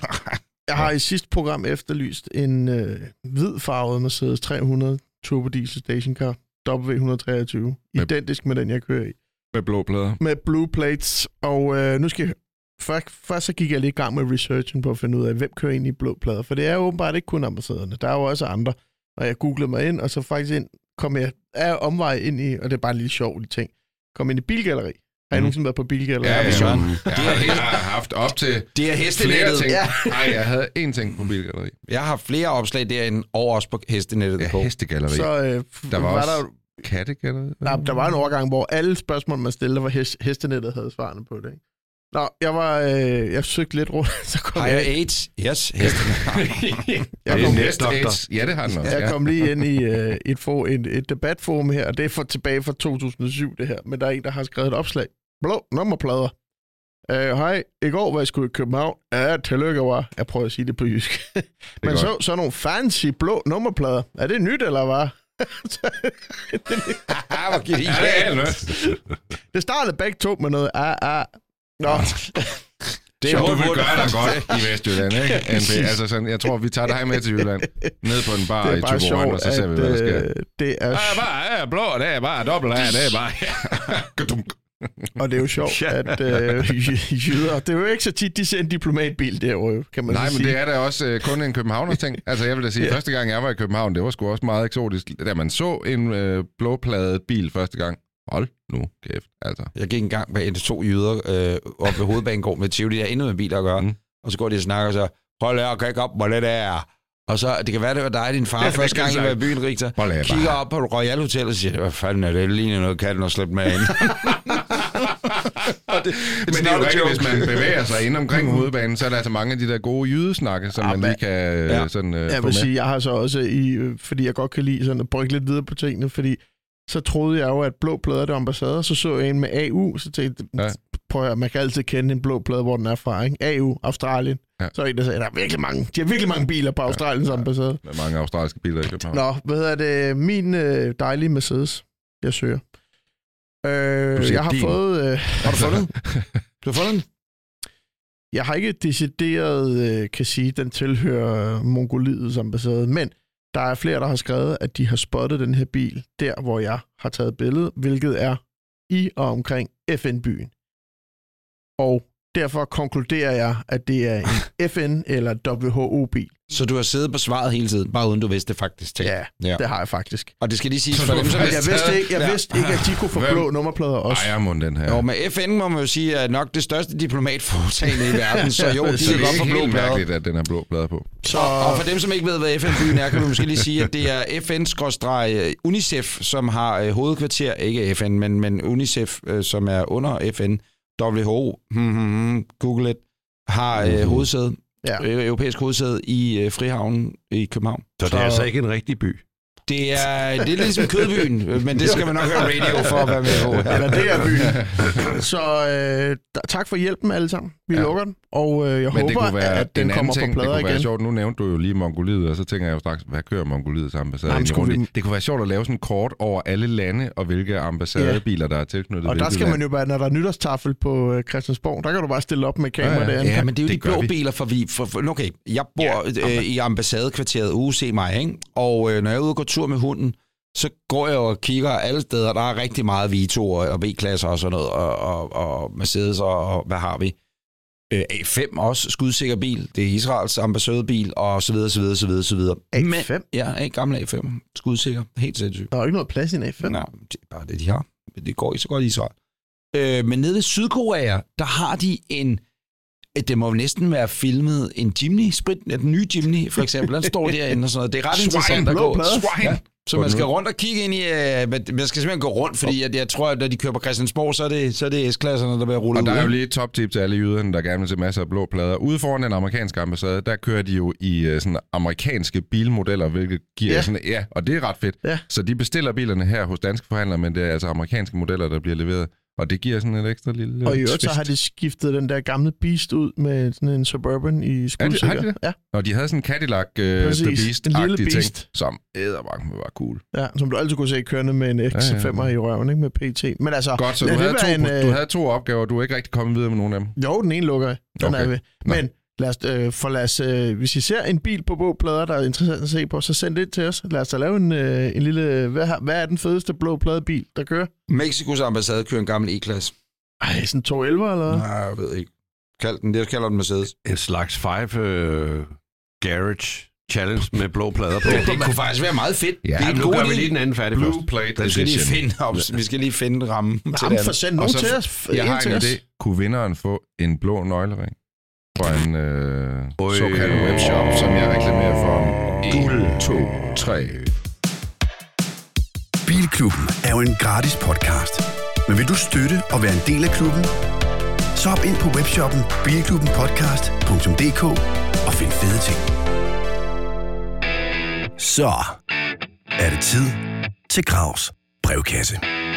Jeg har i sidste program efterlyst en uh, hvidfarvet Mercedes tre hundrede Turbo Diesel Stationcar W et hundrede og treogtyve. Med- Identisk med den, jeg kører i. Med blå plader. Med blue plates. Og uh, nu skal jeg... Først, først så gik jeg lige i gang med researchen på at finde ud af, hvem kører ind i blå plader. For det er jo åbenbart ikke kun ambassaderne. Der er jo også andre. Og jeg googlede mig ind, og så faktisk ind, kom jeg af omvej ind i, og det er bare en lille sjov lille ting, kom ind i bilgalleri. Har I Mhm. nogensinde været på bilgalleri? Ja, ja, Søren. ja. Jeg, har, jeg har haft op til Det er flere hestenettet. ting. Ja. Nej, jeg havde én ting på bilgalleri. Jeg har flere opslag derinde, og også på hestenettet. Ja, på. hestegalleri. Så øh, Der var også- der, Kattegalleri. der, der var en overgang, hvor alle spørgsmål, man stillede, var hest, hestenettet havde svarene på det. Ikke? Nå, jeg var, øh, jeg søgte lidt rundt, så kom Har jeg, jeg AIDS? Yes, hesten. jeg, Det er kom, næste AIDS. Ja, det har den også. jeg Ja. kom lige ind i øh, et, for, et, et debatforum her, og det er for, tilbage fra to tusind og syv, det her, men der er en, der har skrevet et opslag. Blå nummerplader. Øh, hej, i går var jeg sgu i København. Ja, tillykke var. Jeg prøver at sige det på jysk. Men godt. så, så nogle fancy blå nummerplader. Er det nyt, eller hvad? Ah, hvor genialt. Ja, det er noget. Det startede begge to med noget ah, ah. Nå, Det Så er du vil hurtigt. gøre dig godt i Vestjylland, ikke? N P. Altså sådan, jeg tror, vi tager dig med til Jylland. Ned på en bar det i er bare Tuborg, sjovt, og så ser vi, hvad der sker. at øh, det er, Det er bare ja, blå, det er bare dobbelt af, det er bare... Gadunk. og det er jo sjovt, at øh, jyder, det er jo ikke så tit, de ser en diplomatbil derovre, kan man Nej, men sige. det er da også øh, kun en københavners ting. Altså, jeg vil da sige, Ja. første gang jeg var i København, det var sgu også meget eksotisk. Da man så en øh, blåpladet bil første gang, hold nu kæft, altså. Jeg gik en gang med to jyder øh, op ved hovedbanegården med Tivoli, der er intet med biler at gøre. Mm. Og så går de og snakker, og så, hold her, kan ikke op, hvor det er. Og så, det kan være, det var dig og din far, Ja, ja, det første kan gang, I sagt. var i byen, Richter. Hvor lad Kigger bare. op på Royal Hotel og siger, hvad fanden er det? Det ligner noget, katten har slæbt med ind. Og det, Men det er jo rigtigt, hvis man bevæger sig ind omkring hovedbanen, så er der altså mange af de der gode jydesnakke, som Ja, man lige kan øh, ja. sådan, øh, Jeg få vil med. sige, jeg har så også, i, øh, fordi jeg godt kan lide sådan at brygge lidt videre på tingene, fordi så troede jeg jo, at blå plader det var ambassader, så så jeg en med A U, så tænkte jeg, Ja. prøv at høre, man kan altid kende en blå plade, hvor den er fra, ikke? A U, Australien. Ja. Så er en, der sagde, der er virkelig mange, de har virkelig mange biler på Australiens ambassade. Med mange australske biler i København. Nå, hvad hedder det? Min øh, dejlige Mercedes, jeg søger. Øh, Du siger jeg har din. fået... Øh, Har du fundet den? Du har fundet den? jeg har ikke decideret, øh, kan sige, den tilhører Mongoliets ambassade, men der er flere, der har skrevet, at de har spottet den her bil der, hvor jeg har taget billedet, hvilket er i og omkring F N-byen. Og derfor konkluderer jeg, at det er en F N eller W H O-bil. Så du har siddet på svaret hele tiden, bare uden du vidste det faktisk til. Ja, ja, det har jeg faktisk. Og det skal lige siges for dem, som... Jeg vidste ikke, jeg vidste ikke at de kunne få Hvem? blå nummerplader også. Ejer må den her. Jo, med F N må man jo sige, at nok det største diplomatforetagende i verden, så jo, de så kan det er godt få ikke blå helt plader. mærkeligt, at den har blå plader på. Så... Og for dem, som ikke ved, hvad F N-byen er, kan vi måske lige sige, at det er F N-UNICEF, som har øh, hovedkvarter, ikke F N, men, men UNICEF, øh, som er under F N, W H O, hmm, hmm, Google it, har øh, hovedsæde, Ja. øh, europæisk hovedsæde i øh, Frihavnen i København. Så det er altså ikke en rigtig by. Det er, det er lidt ligesom Kødbyen, men det skal man nok høre radio for at være med på. Eller det er byen. Så øh, tak for hjælpen alle sammen. Vi ja. lukker den, og øh, jeg Men håber, det kunne være at den en kommer anden ting, på plader det kunne igen. være sjovt. Nu nævnte du jo lige Mongoliet, og så tænker jeg jo straks, hvad kører Mongoliets ambassade? Jamen, egentlig rundt i? vi... Det kunne være sjovt at lave sådan en kort over alle lande, og hvilke ambassadebiler, ja. der er tilknyttet. Og der skal man jo bare, når der er nytårstafel på øh, Christiansborg, der kan du bare stille op med kamera Ja, ja. derinde. Ja, men det er jo Det de gør blå vi. biler, for vi... For, for, okay, jeg bor ja, øh, i ambassadekvarteret U C mig, ikke? Og øh, når jeg er ude og går tur med hunden, så går jeg og kigger alle steder. Der er rigtig meget Vito og V-klasser og sådan noget, og, og, og Mercedes og, og hvad har vi? Øh, A fem også, skudsikker bil. Det er Israels ambassadebil, og så videre, så videre, så videre, så videre. A fem? Men, ja, en gammel A fem. Skudsikker. Helt sindssygt. Der er jo ikke noget plads i en A fem. Nej, det er bare det, de har. Det går ikke så godt i Israel. Øh, men nede ved Sydkorea, der har de en... Det må næsten være filmet en Jimny, sprit, den nye Jimny for eksempel, den står derinde og sådan noget. Det er ret interessant at gå. Ja. Så man skal rundt og kigge ind i, uh, man skal simpelthen gå rundt, fordi jeg, jeg tror, at når de kører på Christiansborg, så er det, så er det S-klasserne, der bliver rullet ud. Og der er jo lige et top-tip til alle jyderne, der gerne vil se masser af blå plader. Ude foran den amerikanske ambassade, der kører de jo i uh, sådan amerikanske bilmodeller, hvilket giver Ja. sådan... Ja, og det er ret fedt. Ja. Så de bestiller bilerne her hos danske forhandlere, men det er altså amerikanske modeller, der bliver leveret. Og det giver sådan et ekstra lille Og i øvrigt så twist. har de skiftet den der gamle Beast ud med sådan en Suburban i skudsikker. Har de det? Ja, Og de havde sådan en Cadillac uh, The Præcis. En lille Beast-agtig ting, Beast. som æderbanken var cool. ja, som du altid kunne se kørende med en X fem Ja, ja. i røven, ikke med P T. Men altså, Godt, så du lad havde, det to, være en, du øh, havde to opgaver, og du er ikke rigtig kommet videre med nogen af dem. Jo, den ene lukker jeg. Den Okay. er vi. Nå. Men lad os, øh, for lad os, øh, hvis I ser en bil på blå plader, der er interessant at se på, så send det til os. Lad os da lave en, øh, en lille... Hvad, har- hvad er den fedeste blå pladebil, der kører? Mexikos ambassade kører en gammel E-klasse. Ej, sådan to elleve eller hvad? Nej, jeg ved ikke. Kald den, det kalder den Mercedes. En slags five uh, garage challenge med blå plader på. Ja, det kunne faktisk være meget fedt. Ja, det er en Nu god gør vi idé. lige den anden færdig Blue først. Plate Vi skal lige Edition. finde, op, vi skal lige finde rammen til Jamen, det for andet. send Og nogen så- til os. Jeg En har til en os. idé. Kunne vinderen få en blå nøglering fra en øh, Oj. såkaldt webshop, som jeg reklamerer for om en, to, tre. Bilklubben er jo en gratis podcast. Men vil du støtte og være en del af klubben? Så hop ind på webshoppen bilklubbenpodcast punktum d k og find fede ting. Så er det tid til Gravs brevkasse.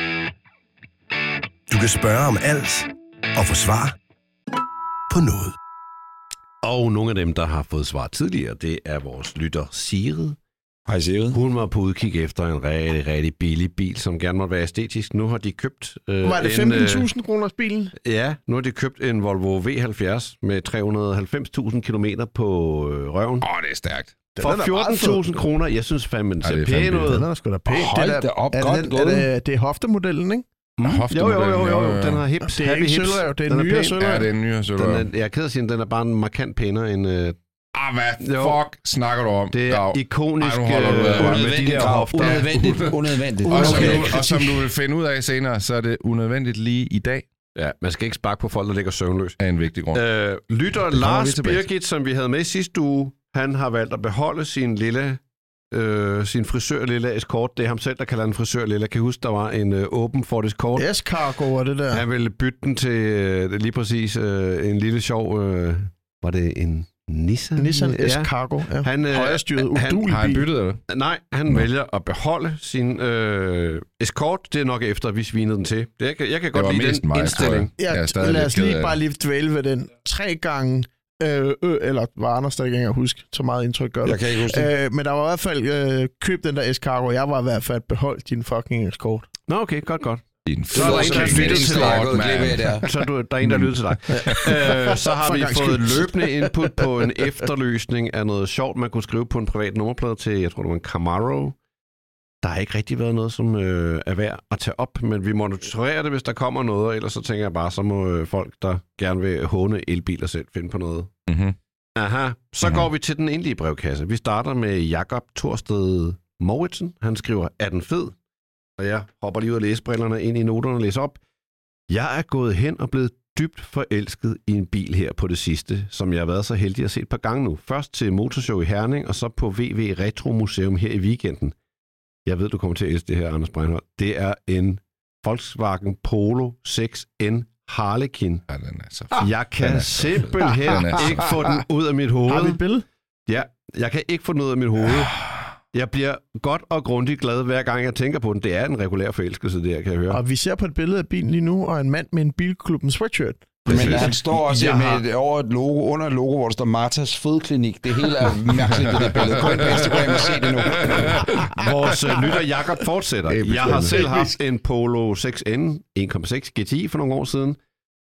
Du kan spørge om alt og få svar på noget. Og nogle af dem, der har fået svar tidligere, det er vores lytter Sigrid. Hej Sigrid. Hun var på udkig efter en rigtig, rigtig billig bil, som gerne måtte være æstetisk. Nu har de købt... Øh, Var det en, femten øh, tusind kroners bilen? Ja, nu har de købt en Volvo V halvfjerds med tre hundrede og halvfems tusind kilometer på øh, røven. Åh, det er stærkt. Den er For da fjorten meget fed. tusind kroner. Jeg synes fandme, den Ej, ser det er fandme pæn billigt. ud. Den er sgu da pæn. Hold det er da op, er godt det, gået. er det, det er hoftemodellen, ikke? Jo, jo, jo, jo, jo. Den har hips, Det er happy ikke hips. sølvrev, det er Den nyere pæn. sølvrev. Ja, det er en nyere sølv. Den er, jeg er ked af at sige, at den er bare en markant pænere end... Øh, Ah, hvad Jo. fuck snakker du om? det er Grav? ikonisk Ej, nu holder du af. øh, med de Unødvendigt, der Grav. hofter. Unødvendigt. Unødvendigt. Og, som Okay. du, og som du vil finde ud af senere, så er det unødvendigt lige i dag Ja, man skal ikke sparke på folk, der ligger søvnløs. af en vigtig grund. Øh, lytter vi Lars tilbage til. Birgit, som vi havde med i sidste uge, han har valgt at beholde sin lille, øh, sin frisør lille Escort. Det er ham selv, der kalder den frisør lille. Jeg kan huske, der var en øh, åben Ford Escort. S-Cargo og det der. Han ville bytte den til øh, lige præcis øh, en lille sjov... Øh, var det en Nissan? Nissan Ja. S-Cargo. Ja. Han, øh, Højrestyret han- udulig Har han bil. byttet, eller? Nej, han vælger at beholde sin øh, Escort. Det er nok efter, at vi svinede den til. Det, jeg, kan, jeg kan godt var lide mest den mig, indstilling. Jeg er Ja, stadig lad lidt os ked lige af bare det. lige dvæle ved den. Tre gange, øh, øh, eller var Anders, der ikke engang huske, så meget indtryk gør Jeg det. kan ikke huske det. Øh, men der var i hvert fald, øh, køb den der S-Cargo. Jeg var i hvert fald beholdt din fucking Escort. Nå, okay, godt, godt. Din Så er der en, der fucking lytter til dig. Escort, mand. der. Så er du, der er en, der lytter til dig. øh, så har For vi en gangs fået skyld. løbende input på en efterløsning af noget sjovt, man kunne skrive på en privat nummerplade til, jeg tror, det var en Camaro. der har ikke rigtig været noget, som øh, er værd at tage op, men vi monitorerer det, hvis der kommer noget, og ellers så tænker jeg bare, så må øh, folk, der gerne vil håne elbiler selv, finde på noget. Mm-hmm. Aha, så Mhm. går vi til den endelige brevkasse. Vi starter med Jakob Thorsted Mouritsen. Han skriver, er den fed? Og jeg hopper lige ud af læsebrillerne ind i noterne og læser op. Jeg er gået hen og blevet dybt forelsket i en bil her på det sidste, som jeg har været så heldig at se et par gange nu. Først til Motorshow i Herning, og så på V V Retro Museum her i weekenden. Jeg ved, du kommer til at elske det her, Anders Breinholt. Det er en Volkswagen Polo seks N Harlequin. Ja, den er så Ah, jeg kan Den er så fed. simpelthen Den er så ikke få den ud af mit hoved. Har vi et billede? Ja, jeg kan ikke få den ud af mit hoved. Jeg bliver godt og grundigt glad, hver gang jeg tænker på den. Det er en regulær forelskelse, det her, kan jeg høre. Og vi ser på et billede af bilen lige nu, og en mand med en Bilklubben sweatshirt. Men Præcis. han står også Jeg med har- et, over et logo, under et logo, hvor der står Martas Fødeklinik. Det hele er mærkeligt, det der billede. Gå ind på Instagram og se det nu. Vores øh, lytter Jakob fortsætter. Det er Jeg har bestemt. selv haft en Polo seks N en komma seks G T I for nogle år siden.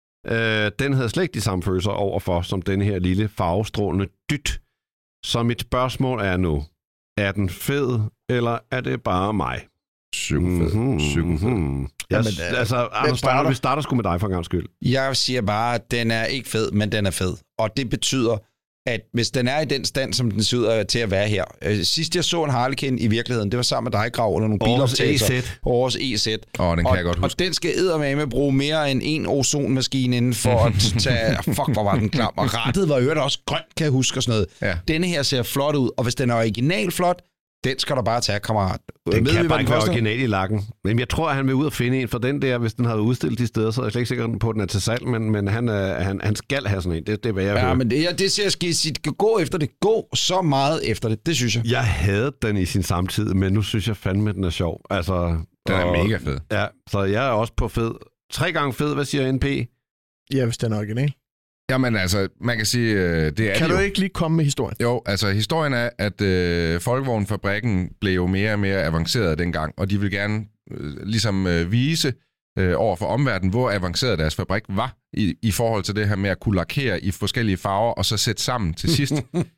Øh, den havde slet ikke de samme følelser overfor, som den her lille farvestrålende dyt. Så mit spørgsmål er nu, er den fed, eller er det bare mig? Psykofed. Mhm, Psykofed. mhm. Jeg, Jamen, Jamen, øh, altså, Anders starter? Breinholt, vi starter sgu med dig for en gang skyld. Jeg siger bare, at den er ikke fed, men den er fed. Og det betyder, at hvis den er i den stand, som den ser ud af til at være her. Øh, sidst jeg så en Harlequin i virkeligheden, det var sammen med dig, Grav, under nogle Årets biloptagelser. E Z. Årets E Z. Åh, den kan og, jeg godt og huske. den skal eddermame bruge mere end en ozonmaskine inden for at tage... Fuck, hvor var den klam. Og rettet var øvrigt også grønt, kan jeg huske og sådan noget. Ja. Denne her ser flot ud, og hvis den er original flot, den skal du bare tage, kammerat. Den Ved kan vi, bare hvad ikke være koster? original i lakken. Men jeg tror, at han vil ud og finde en, for den der, hvis den har været udstillet de steder, så er jeg slet ikke sikker på, at den er til salg, men, men han, er, han, han skal have sådan en. Det, det er, hvad jeg Ja, hører. men det, ja, det siger jeg, skal sige, gå efter det. Gå så meget efter det, det synes jeg. Jeg havde den i sin samtid, men nu synes jeg fandme, at den er sjov. Altså, Den er og- mega fed. Ja, så jeg er også på fed. Tre gange fed, hvad siger N P? Ja, hvis den er original. Jamen altså, man kan sige, øh, det er Kan det du jo. ikke lige komme med historien? Jo, altså historien er, at øh, Folkevognfabrikken blev jo mere og mere avanceret dengang, og de vil gerne øh, ligesom øh, vise øh, over for omverdenen, hvor avanceret deres fabrik var i, i forhold til det her med at kunne lakere i forskellige farver og så sætte sammen til sidst.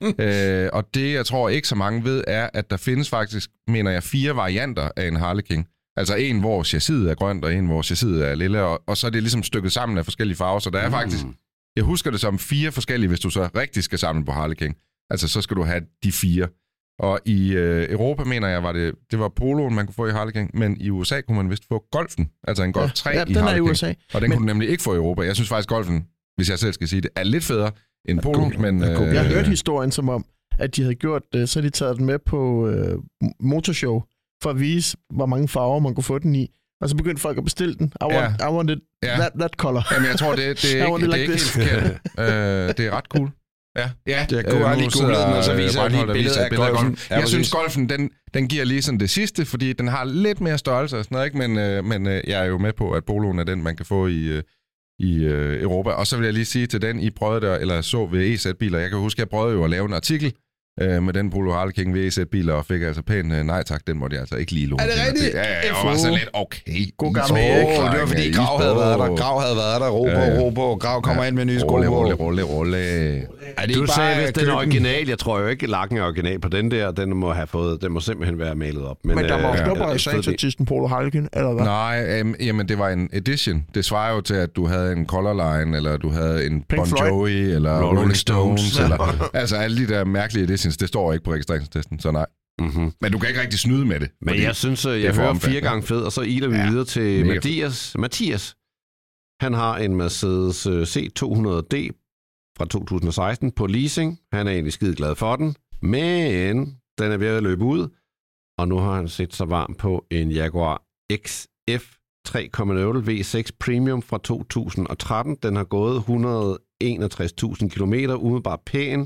øh, og det, jeg tror ikke så mange ved, er, at der findes faktisk, mener jeg, fire varianter af en Harlequin. Altså en, hvor chassiset er grønt, og en, hvor chassiset er lille, og, og så er det ligesom stykket sammen af forskellige farver, så der er faktisk... Jeg husker det som fire forskellige, hvis du så rigtig skal samle på Harlequin. Altså, så skal du have de fire. Og i øh, Europa, mener jeg, var det, det var Poloen, man kunne få i Harlequin, men i U S A kunne man vist få Golfen, altså en Golf tre ja, i den er i Harlequin. U S A. Og den Men- kunne du nemlig ikke få i Europa. Jeg synes faktisk, Golfen, hvis jeg selv skal sige det, er lidt federe end Poloen, men... Øh, Jeg hørte historien som om, at de havde gjort det, så havde de taget den med på øh, motorshow, for at vise, hvor mange farver man kunne få den i. Og så begyndte folk at bestille den. I want, Ja. I want it, Ja. that, that color. Jamen, jeg tror, det, det er I ikke, want it det er like ikke helt this. forkert. øh, det er ret cool. Ja, ja. Jeg kunne have lige googlet den, og så viser jeg lige et billede af Golfen. Ja, Jeg præcis. synes, Golfen, den, den giver lige sådan det sidste, fordi den har lidt mere størrelse og sådan noget, ikke? Men, øh, men øh, jeg er jo med på, at Poloen er den, man kan få i, øh, i øh, Europa. Og så vil jeg lige sige til den, I prøvede der, eller så ved E Z-biler. Jeg kan huske, jeg prøvede jo at lave en artikel øh, med den Polo Harlequin ved E Z-biler, og fik altså pænt øh, nej tak, den måtte jeg altså ikke lige låne. Er det Den rigtigt? til. Ja, ja, jeg F O. var sådan lidt, okay. God is gammel på, Erik. Åh, det var fordi is Grav havde på. været der. Grav havde været der. Råb Ja, og ja. råb og Grav kommer ind med nye sko. Rolle, rolle, rolle, rolle. Er det Du ikke sagde, bare hvis den er køben? original. Jeg tror jo ikke, at lakken er original på den der. Den må have fået, den må simpelthen være malet op. Men der må øh, også ja, stå på ja, registreringsartisten Polo Harlequin, eller hvad? Nej, øhm, jamen det var en edition. Det svarer jo til, at du havde en Color Line, eller du havde en Pink Bon Floyd. Jovi, eller Rolling Rolling Stones. Stones. eller, altså alle de der mærkelige editions, det står ikke på registreringstesten, så nej. Mm-hmm. Men du kan ikke rigtig snyde med det. Men fordi jeg synes, at det jeg er for hører omfattende. fire gange fed, og så iler vi Ja, videre til mega Mathias. Mathias, han har en Mercedes øh, C to hundrede D fra to tusind og seksten på leasing. Han er egentlig skide glad for den, men den er ved at løbe ud, og nu har han set sig varm på en Jaguar X F tre komma nul V seks Premium fra to tusind og tretten. Den har gået et hundrede og enogtres tusind kilometer, umiddelbart pæn.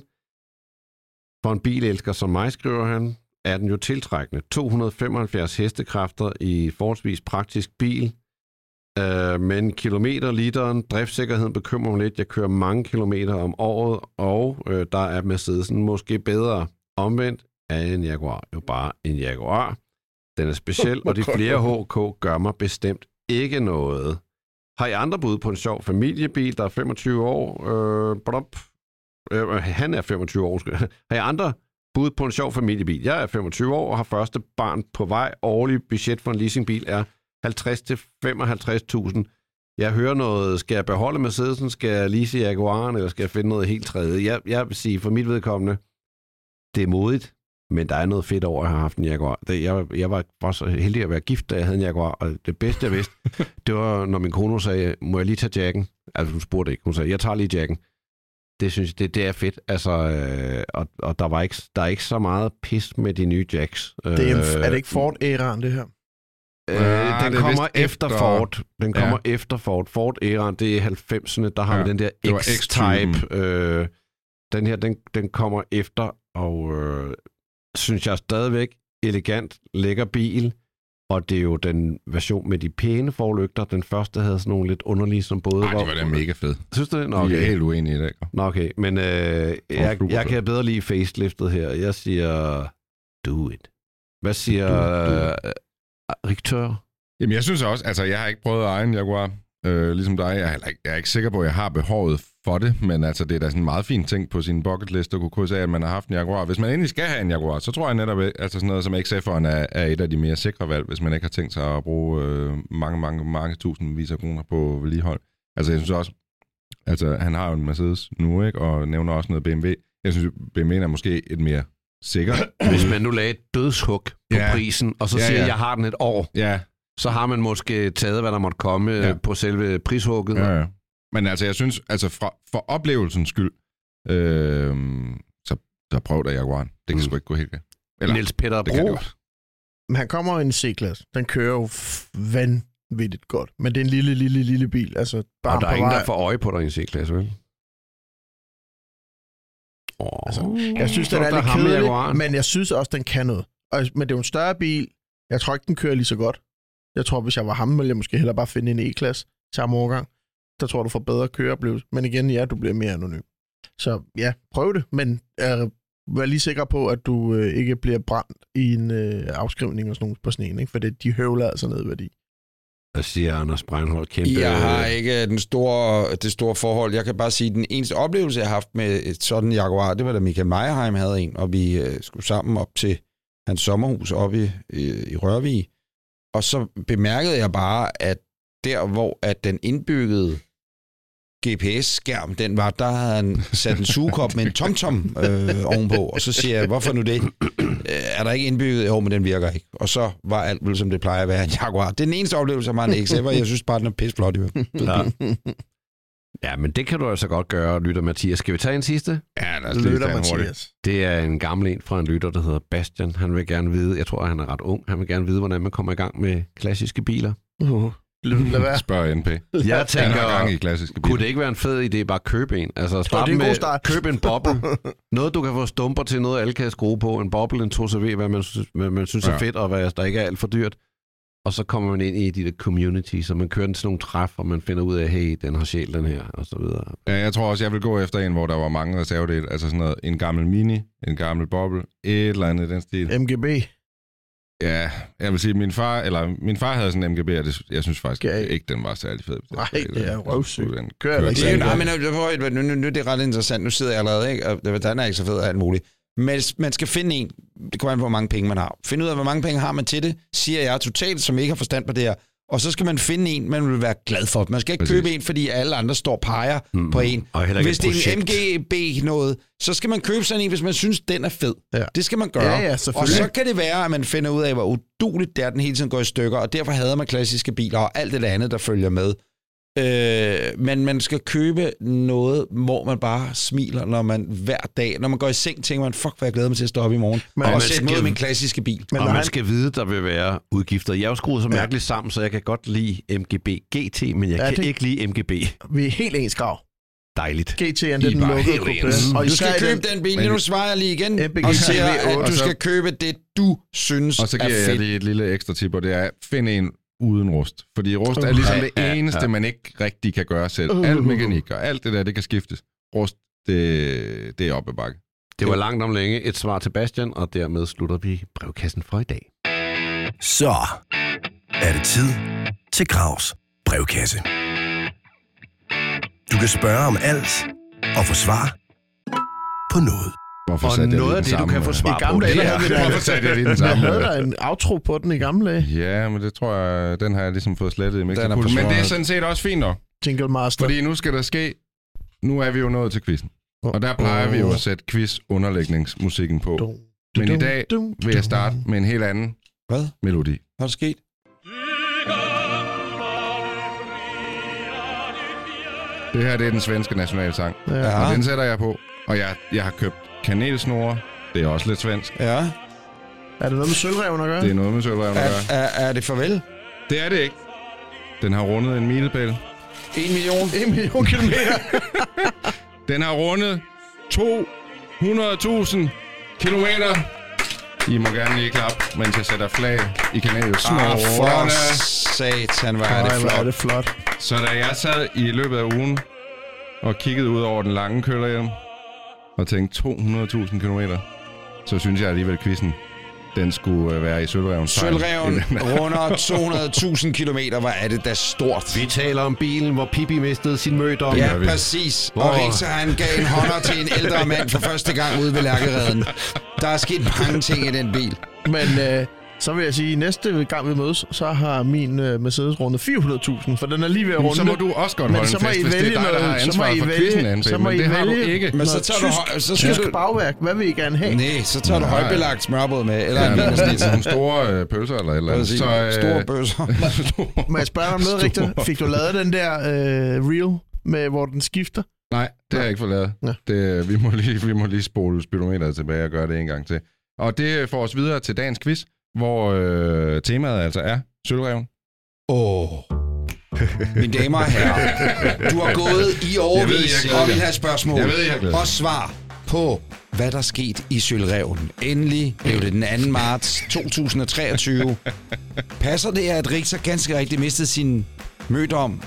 For en bilelsker som mig, skriver han, er den jo tiltrækkende. to hundrede og femoghalvfjerds hestekræfter i forholdsvis praktisk bil. Øh, men kilometer, literen, driftssikkerheden bekymrer mig lidt. Jeg kører mange kilometer om året, og øh, der er Mercedesen måske bedre. Omvendt er en Jaguar jo bare en Jaguar. Den er speciel, og de flere H K gør mig bestemt ikke noget. Har I andre bud på en sjov familiebil, der er femogtyve år? Øh, blop. Øh, han er femogtyve år. Har I andre bud på en sjov familiebil. Jeg er femogtyve år og har første barn på vej. Årlig budget for en leasingbil er halvtreds til femoghalvtreds tusind. Jeg hører noget, skal jeg beholde Mercedesen, skal jeg lease Jaguaren, eller skal jeg finde noget helt tredje? Jeg, jeg vil sige, for mit vedkommende, det er modigt, men der er noget fedt over at have haft en Jaguar. Det, jeg, jeg var, var så heldig at være gift, da jeg havde en Jaguar, og det bedste, jeg vidste, det var, når min kone sagde, må jeg lige tage jacken? Altså, hun spurgte ikke. Hun sagde, jeg tager lige jacken. Det synes jeg, det, det er fedt. Altså, øh, og, og der, var ikke, der er ikke så meget pis med de nye jacks. Det er, øh, er det ikke Ford-æraen, det her? Øh, ja, den det kommer efter, efter Ford. Den kommer ja. efter Ford. Ford-æraen, det er halvfemserne, der har ja, vi den der X-Type. Øh, den her, den, den kommer efter, og øh, synes jeg stadigvæk elegant, lækker bil. Og det er jo den version med de pæne forlygter. Den første havde sådan nogle lidt underlige, som både Ej, var... det var da mega fed. Synes du det? Nå, Okay. Vi okay. er helt uenige i dag. Nå, okay. Men øh, jeg, jeg kan bedre lide faceliftet her. Jeg siger, do it. Hvad siger øh, Riktør? Jamen, jeg synes også, altså, jeg har ikke prøvet at eje en Jaguar, øh, ligesom dig. Jeg er, heller ikke, jeg er ikke sikker på, at jeg har behovet for det, men altså, det er da sådan en meget fin ting på sin bucketlist at kunne krydse af, at man har haft en Jaguar. Hvis man endelig skal have en Jaguar, så tror jeg netop, altså sådan noget som X F'eren er, er et af de mere sikre valg, hvis man ikke har tænkt sig at bruge øh, mange, mange, mange tusindvis af kroner på vedligehold. Altså, jeg synes også, altså, han har jo en Mercedes nu, ikke, og nævner også noget B M W. Jeg synes, B M W'en er måske et mere sikkert. Hvis man nu lagde et dødshug på Ja. prisen, og så Ja, siger, ja. jeg har den et år, Ja, så har man måske taget, hvad der måtte komme Ja. ja. på selve prishugget. ja, ja. Men altså, jeg synes, altså fra, for oplevelsens skyld, øh, så, så prøv da Jaguaren. Det kan Mm. sgu ikke gå helt galt. Eller, Niels Peter det kan det Bro. godt. Men han kommer i en C-klasse. Den kører jo f- vanvittigt godt. Men det er en lille, lille, lille bil. Altså, bare Og der er på ingen, vej. der får øje på dig i en C-klasse, vel? Oh. Altså, Jeg synes, den er lidt kedelig, men jeg synes også, den kan noget. Og, men det er jo en større bil. Jeg tror ikke, den kører lige så godt. Jeg tror, hvis jeg var ham, ville jeg måske hellere bare finde en E-klasse samme årgang. Der tror du får bedre køreoplevelse. Men igen, ja, du bliver mere anonym. Så ja, prøv det, men øh, vær lige sikker på, at du øh, ikke bliver brændt i en øh, afskrivning og sådan noget på sneen, ikke? For det, de høvler altså ned i værdi. Hvad siger Anders Breinholt? Kæmpe... Jeg har ikke den store, det store forhold. Jeg kan bare sige, at den eneste oplevelse, jeg har haft med et sådan Jaguar, det var da Michael Meyerheim havde en, og vi øh, skulle sammen op til hans sommerhus oppe i, i, i Rørvig. Og så bemærkede jeg bare, at der, hvor at den indbyggede G P S-skærm, den var, der havde han sat en sugekop med en TomTom øh, ovenpå, og så siger jeg, hvorfor nu det? Er der ikke indbygget? Jo, men den virker ikke. Og så var alt vel, som det plejer at være en Jaguar. Det er den eneste oplevelse, jeg har en X F, og jeg synes bare, den er pisseflot. Ja. Ja, men det kan du altså godt gøre, lytter Mathias. Skal vi tage en sidste? Ja, lad os lige Lytter tage en hurtigt. Mathias. Det er en gammel en fra en lytter, der hedder Bastian. Han vil gerne vide, jeg tror, han er ret ung, han vil gerne vide, hvordan man kommer i gang med klassiske biler. Uh, lad være. Spørg N P. Jeg Han har gang i tænker, klassiske biler. kunne det ikke være en fed idé bare at købe en? Altså starte det er en god med start. købe en boble. Noget, du kan få stumper til, noget alle kan skrue på. En boble, en to C V, hvad man, synes- hvad man synes Ja. er fedt, og hvad der ikke er alt for dyrt. Og så kommer man ind i de der community, så man kører den til nogle træf, og man finder ud af, hey, den har sjæl, den her, og så videre. Ja, jeg tror også, jeg vil gå efter en, hvor der var mange reservedele. Altså sådan noget, en gammel Mini, en gammel Boble, et eller andet i den stil. M G B. Ja, jeg vil sige, min far, eller min far havde sådan en M G B, og det, jeg synes faktisk Okay. ikke, den var særlig fed. Nej, det er røvsygt. Den Kører heller ikke Det er jo, sådan. nej, men øh, nu, nu, nu er det ret interessant. Nu sidder jeg allerede, ikke? Og den er ikke så fed og alt muligt. Men man skal finde en, det kommer an på, hvor mange penge man har. Finde ud af, hvor mange penge har man til det, siger jeg totalt, som ikke har forstand på det her. Og så skal man finde en, man vil være glad for. Man skal ikke Præcis. købe en, fordi alle andre står og peger Mm, på en. og heller ikke Hvis et det er en M projekt. G B noget, så skal man købe sådan en, hvis man synes, den er fed. Ja. Det skal man gøre. Ja, ja, og selvfølgelig. så kan det være, at man finder ud af, hvor uduligt det er, den hele tiden går i stykker, og derfor hader man klassiske biler og alt det andet, der følger med. Øh, men man skal købe noget, hvor man bare smiler, når man hver dag, når man går i seng, tænker man, fuck, hvad jeg glæder mig til at stå op i morgen, Men og man sætte skal- mod min klassiske bil. Men Og når man han- skal vide, der vil være udgifter. Jeg er jo skruet så mærkeligt sammen, så jeg kan godt lide M G B G T, men jeg Ja, ja, kan det- ikke lide M G B. Vi er helt ens krav. Dejligt. G T'en, det er I er den bare lukkede helt coupé. ens. Og Du især skal i købe den bil, Men- nu svarer jeg lige igen, M G B og siger, V otte. at du Og så- skal købe det, du synes Og så er giver jeg fedt. lige et lille ekstra tip, og det er, find en uden rust. Fordi rust er ligesom Ja, det ja, eneste, ja. man ikke rigtig kan gøre selv. Uh. Alt mekanik og alt det der, det kan skiftes. Rust, det, det er oppe ad bakke. Det var langt om længe et svar til Bastian, og dermed slutter vi brevkassen for i dag. Så er det tid til Gravs brevkasse. Du kan spørge om alt og få svar på noget. Hvorfor Og satte jeg noget lige af den det, du samme, kan få øh, svar I gamle på, dage, det der er... havde vi da- Hvorfor satte jeg lige den Jeg samme? havde der en outro på den i gamle dage. Ja, men det tror jeg, den har jeg ligesom fået slettet i Den er mixerpulten. på Men det er svaret. sådan set også fint nok. Jingle Master. Fordi nu skal der ske... Nu er vi jo nået til quizzen. Og der plejer vi jo at sætte quiz-underlægningsmusikken på. Dum, Men i dum, dag dum, vil jeg dum. starte med en helt anden Hvad? melodi. Hvad er der sket? Det her, det er den svenske nationalsang. Ja. Ja. Og den sætter jeg på. Og jeg, jeg har købt kanelsnore. Det er også lidt svensk. Ja. Er det noget med sølvreven at gøre? Det er noget med sølvreven at Er, gøre. er, er det farvel? Det er det ikke. Den har rundet en milepæl. En million? En million kilometer. Den har rundet to hundrede tusind kilometer. I må gerne lige klappe, mens jeg sætter flag i Ah, kanelsnorene. for satan, hvor er det Ej, hvor er flot. det flot. Så da jeg sad i løbet af ugen og kiggede ud over den lange kølerhjelm og tænkte to hundrede tusind kilometer, så synes jeg alligevel, quizzen den skulle være i Sølvreven. Sølvreven runder to hundrede tusind kilometer. Hvor er det da stort. Vi taler om bilen, hvor Pippi mistede sin mødom. Ja, gør vi. præcis. Hvor- Og Richter, han gav en hånder til en ældre mand for første gang ude ved Lærkereden. Der er sket mange ting i den bil. Men øh, så vil jeg sige, at næste gang vi mødes, så har min øh, Mercedes rundet fire hundrede tusind, for den er lige ved at runde. Så må du også godt Men holde så en må fest, I hvis det er vælge dig, der har noget. Så må ansvaret I for vælge- quizzen, N P. så må Men I det har du vælge- ikke. Men så Noget tager du, høj- så skal Tysk du... bagværk, hvad vil I gerne have? Nej, så tager du Nej. højbelagt smørbrød med, eller en Ja, vinersnit. nogle store øh, pølser eller et eller andet. Så, Så, øh, store bøsser. Må jeg spørge dig om noget, Richter? Fik du lavet den der øh, reel, med, hvor den skifter? Nej, det har jeg ikke fået lavet. Ja. Det, vi, må lige, vi må lige spole speedometeret tilbage og gøre det en gang til. Og det får os videre til dagens quiz, hvor øh, temaet altså er Sølvreven. Åh. Mine damer og herrer, du har gået i Jeg ved, overvis jeg glæder og vil mig. have spørgsmål Jeg ved, jeg glæder mig. og svar på, hvad der skete i Sølvreven. Endelig blev det den anden marts to tusind og treogtyve. Passer det, at Richter ganske rigtigt mistede sin mødom?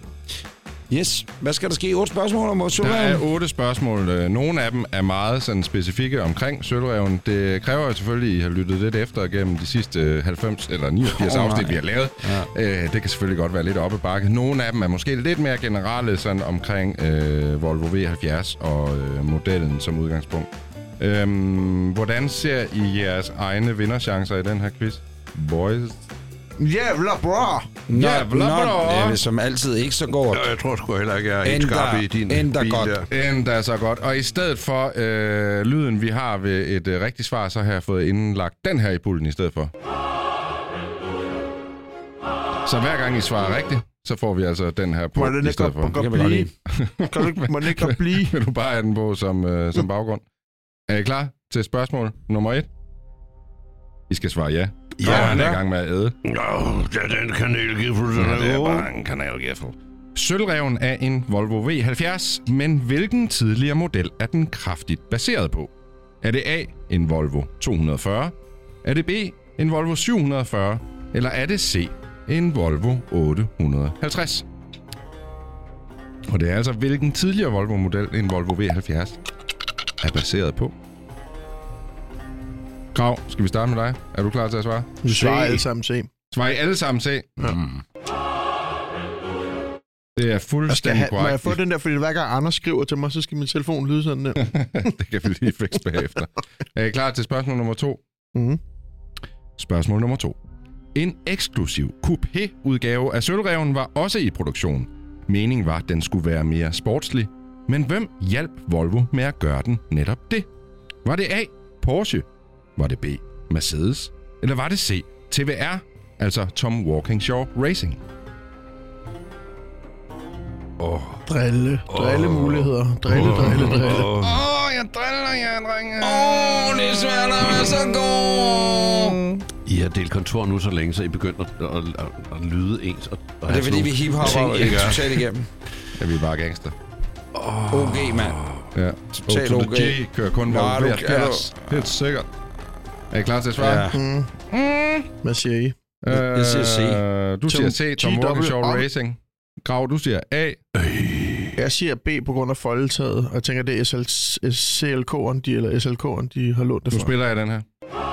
Yes. Hvad skal der ske? Otte spørgsmål om Der Sølvreven? er otte spørgsmål. Øh, Nogle af dem er meget sådan, specifikke omkring Sølvreven. Det kræver jo selvfølgelig, at I har lyttet lidt efter gennem de sidste halvfems eller niogfirs Åh, oh, nej. afsnit, vi har lavet. Ja. Øh, det kan selvfølgelig godt være lidt oppe ad bakke. Nogle af dem er måske lidt mere generelle sådan omkring øh, Volvo V halvfjerds og øh, modellen som udgangspunkt. Øhm, hvordan ser I jeres egne vinderchancer i den her quiz? Boys? Jævla bra! Nå, Ja, nå, bla, øh, som altid ikke så godt. Jeg tror sgu heller ikke, jeg er helt Endda- skarp i din endda bil godt. der. Endda så godt. Og i stedet for øh, lyden, vi har ved et øh, rigtigt svar, så har jeg fået indlagt den her i pulten i stedet for. Så hver gang I svarer rigtigt, så får vi altså den her på Må den i ikke stedet godt, for. godt kan vi godt blive? Kan du ikke, må den ikke godt blive? Vil du bare have den på som, øh, som baggrund? Er I klar til spørgsmål nummer et? I skal svare ja. Ja, og han er i gang med at æde. Nå, det er den kanelgifle, Ja, det er bare en kanalgæffel. Sølvreven er en Volvo V halvfjerds, men hvilken tidligere model er den kraftigt baseret på? Er det A, en Volvo to hundrede og fyrre? Er det B, en Volvo syv hundrede og fyrre? Eller er det C, en Volvo otte hundrede og halvtreds? Og det er altså, hvilken tidligere Volvo-model en Volvo V halvfjerds er baseret på? Grav, skal vi starte med dig? Er du klar til at svare? Vi svarer alle sammen se. Svarer I alle sammen C? Ja. Mm. Det er Jeg skal fuldstændig have, må jeg korrekt. få den der, fordi hver gang Anders skriver til mig, så skal min telefon lyde sådan der. Det kan vi lige fikse bagefter. Er I klar til spørgsmål nummer to? Mm. Spørgsmål nummer to. En eksklusiv coupé-udgave af Sølvreven var også i produktion. Meningen var, at den skulle være mere sportslig. Men hvem hjalp Volvo med at gøre den netop det? Var det A. Porsche? Var det B. Mercedes? Eller var det C. T V R? Altså Tom Walkinshaw Racing. Drille. Drille muligheder. Drille, drille, drille. Åh, oh, jeg driller jer, drenge. Åh, oh, det er svært at være så god. I har delt kontor nu så længe, så I begynder at, at, at, at lyde ens. Og, og Det er fordi, vi hiphopper ting, I gør. totalt igennem. Ja, vi er bare gangster. O G, mand. Ja. Totalt O to the okay. G kører kun Nå, Volvo du- V halvfjerds. Helt sikkert. Er I klar til at svare? Ja. Mm. Hvad siger I? Jeg siger C. Øh, du siger C, Tom G W Walkinshaw om. Racing. Grav, du siger A. Jeg siger B på grund af foldetaget, og jeg tænker, det er C L K'eren, de, eller S L K'eren, de har lånt det Nu fra. spiller jeg den her.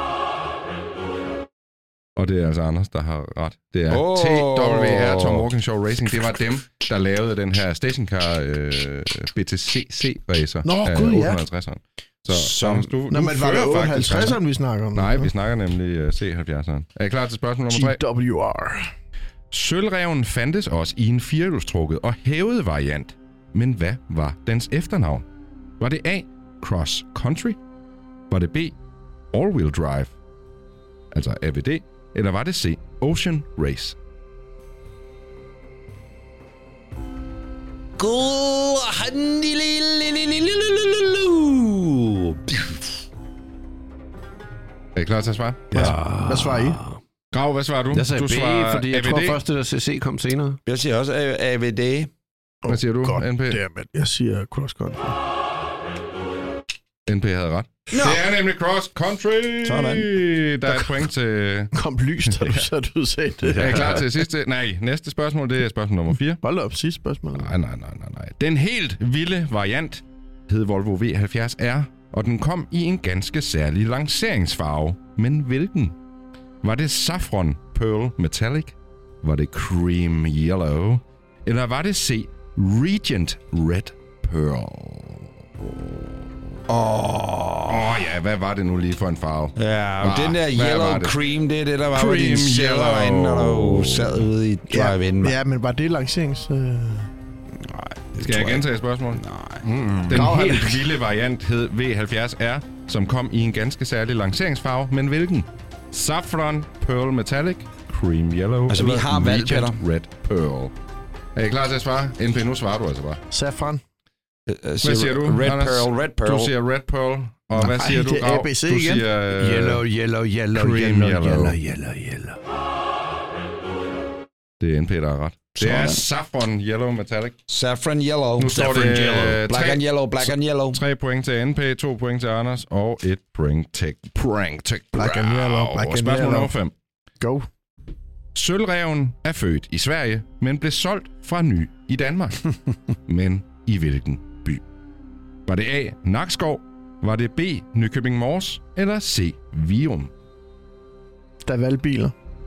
Og det er altså Anders, der har ret. Det er Åh. T W R, Tom Walkinshaw Racing. Det var dem, der lavede den her stationcar øh, B T C C-racer Nå, af gud, ja. otte hundrede og halvtredseren. Så, Som- Anders, du, Nå, du men var det fører faktisk. halvtredserne, vi snakker om? Nej, vi snakker nemlig uh, C halvfjerdserne. Er I klar til spørgsmål nummer tre? G W R. Sølvreven fandtes også i en firehjulstrukket og hævet variant. Men hvad var dens efternavn? Var det A. Cross Country? Var det B. All-Wheel Drive? Altså A V D? Eller var det C. Ocean Race? Er I klar til at svare? Ja. Hvad svarer I? Grav, hvad svarer du? Jeg sagde du B, svarer fordi jeg A V D. tror først, det der C C kom senere. Jeg siger også A V D. Hvad siger du, God N P? dammit. Jeg siger cross country. N P havde ret. No. Det er nemlig Cross Country! Sådan. Der er et point til... Kom lys, da du så du sagde det. Er I klar til sidste? Nej, næste spørgsmål, det er spørgsmål nummer fire. Hold op, sidste spørgsmål. Nej, nej, nej, nej, nej. Den helt vilde variant hed Volvo V halvfjerds R, og den kom i en ganske særlig lanceringsfarve. Men hvilken? Var det Saffron Pearl Metallic? Var det Cream Yellow? Eller var det C. Regent Red Pearl? Åh, oh. oh, ja, hvad var det nu lige for en farve? Ja, Hva? den der Hvad yellow var det? cream, det er det, der var Cream med dine sæder yellow. derinde, når du sad ude i drive-in. Ja, ja, men var det lancerings... Øh... Nej, Skal jeg gentage spørgsmålet? Nej. Mm. Den Grav, han- helt vilde variant hed V halvfjerds R, som kom i en ganske særlig lanceringsfarve, men hvilken? Saffron Pearl Metallic, Cream Yellow Altså, vi eller har valgt, Regent Red Pearl. Er I klar til at svare? N P, nu svarer du altså bare. Saffron. Hvad siger du, Red Anders? Pearl, Red Pearl. Du siger Red Pearl. Og hvad Nej, siger du, det er Grav? A B C Du igen. siger... øh, Yellow, yellow, yellow, Cream yellow, yellow. yellow, yellow, yellow. Det er N P, der er ret. Det er Sådan. Saffron Yellow Metallic. Saffron yellow. Nu står Saffron det yellow. øh, Black tre, and yellow, black and yellow. tre point til N P, to point til Anders, og et point til Prank til Black and yellow, black and Spørgsmål yellow. nummer fem. Go. Sølvreven er født i Sverige, men blev solgt fra ny i Danmark. Men i hvilken by? Var det A. Nakskov? Var det B. Nykøbing Mors? Eller C. Virum? Der er valgbiler.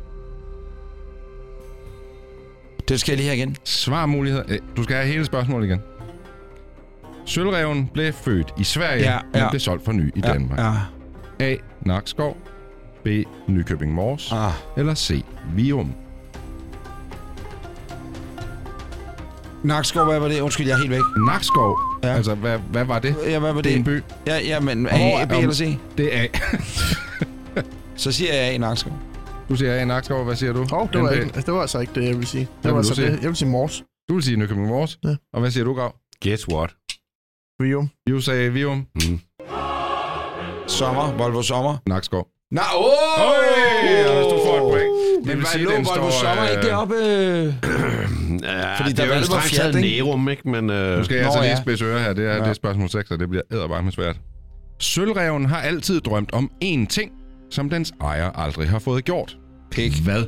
Det skal jeg lige have igen. Svarmuligheder. Øh, Du skal have hele spørgsmålet igen. Sølvreven blev født i Sverige, Ja, men ja. blev solgt fra ny i Ja, Danmark. ja. A. Nakskov? B. Nykøbing Mors? Ah. Eller C. Virum? Nakskov, hvad var det? Undskyld, jeg er helt væk. Nakskov? Ja. Altså, hvad, hvad var det? Ja, hvad var Det er en det? by. Ja, ja, men Hvor A, er- B eller C? Det er A. Så siger jeg A i Nakskov. Du siger A. Nakskov. Hvad siger du? Åh, oh, det, var N P? ikke, det var altså ikke det, jeg ville sige. Det Hvad var vil altså du sige? det. Jeg vil sige Mors. Du vil sige Nykøbing Mors. Ja. Og hvad siger du, Grav? Guess what? Vium. You sagde Virum. Mm. Sommer, Volvo Sommer. Nakskov. Nej, åh! Oh! Hey, Anders, du får et point. Det Men vil var sige, lå den Volvo står, Sommer øh, ikke deroppe? Ja, Fordi det der er jo valgte var strengt fjert, taget ikke? Nerum, ikke? Men øh, Nu skal jeg Nå, altså lige ja. spidse øre her. Det er, Ja. det er spørgsmål seks, og det bliver edderbarme svært. Sølvreven har altid drømt om én ting, som dens ejer aldrig har fået gjort. Pik. Hvad?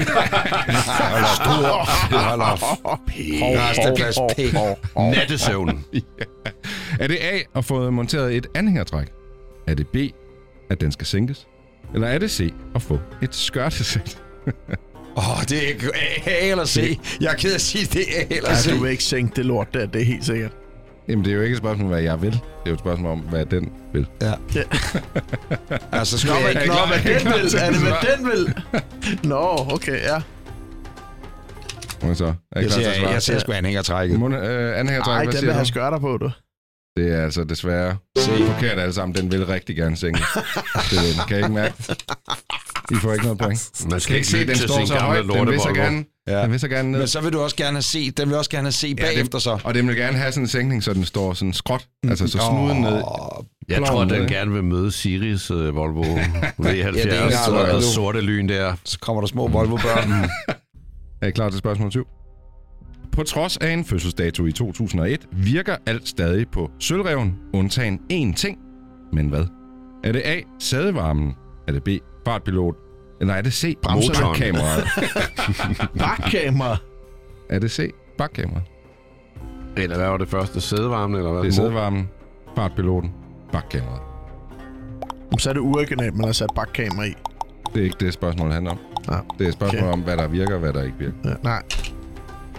Stor. Hold op. Pik. Resteplads pik. nattesøvn. Er det A, at få monteret et anhængertræk? Er det B, at den skal sænkes? Eller er det C, at få et skørtesæt? Åh, oh, det er A eller C. Jeg er ked af at sige, det er A eller C. Ja, du vil ikke sænke det lort der, det er helt sikkert. Jamen, det er jo ikke et spørgsmål, hvad jeg vil. Det er jo et spørgsmål om, hvad den vil. Ja. Ja. Altså, skulle Nå, jeg men, ikke... nå, hvad den vil? Er det, hvad den vil? Nå, okay, ja. Og så er jeg Jeg klar til siger, at svare. jeg siger sgu anhængertrækket. Mon- øh, anhængertræk, Ej, hvad den siger vil have du? skørter på, du. Det er altså desværre Se. forkert alle sammen. Den vil rigtig gerne sænke. Det vil den. Kan I ikke mærke? I får ikke noget point. Man Kan I ikke se, den står så højt. Den vil så gerne, Ja. den vil så gerne ned. Men så vil du også gerne have set, den vil også gerne have set Ja, bagefter den- så. Og den vil gerne have sådan en sænkning, så den står sådan skråt. Altså så snuden ned. Åh, Jeg Klar tror, med den det. gerne vil møde Siris uh, Volvo V Ja, halvfjerds det er ikke og engang- sorte lyn der. Så kommer der små Volvo-børn. Er I klar til spørgsmål syv? På trods af en fødselsdato i to tusind og et, virker alt stadig på Sølvreven, undtagen én ting. Men hvad? Er det A, sædevarmen? Er det B, fartpilot? Eller er det C, Bremserne. motorkameraet? Bakkamera. Er det C, bakkameraet? Eller hvad var det første? Sædevarmen, eller hvad? Det er sædevarmen, fartpiloten, bakkameraet. Så er det uoriginalt, man har sat bakkamera i. Det er ikke det, spørgsmålet handler om. Ja. Det er et spørgsmål Okay. om, hvad der virker og hvad der ikke virker. Ja, nej.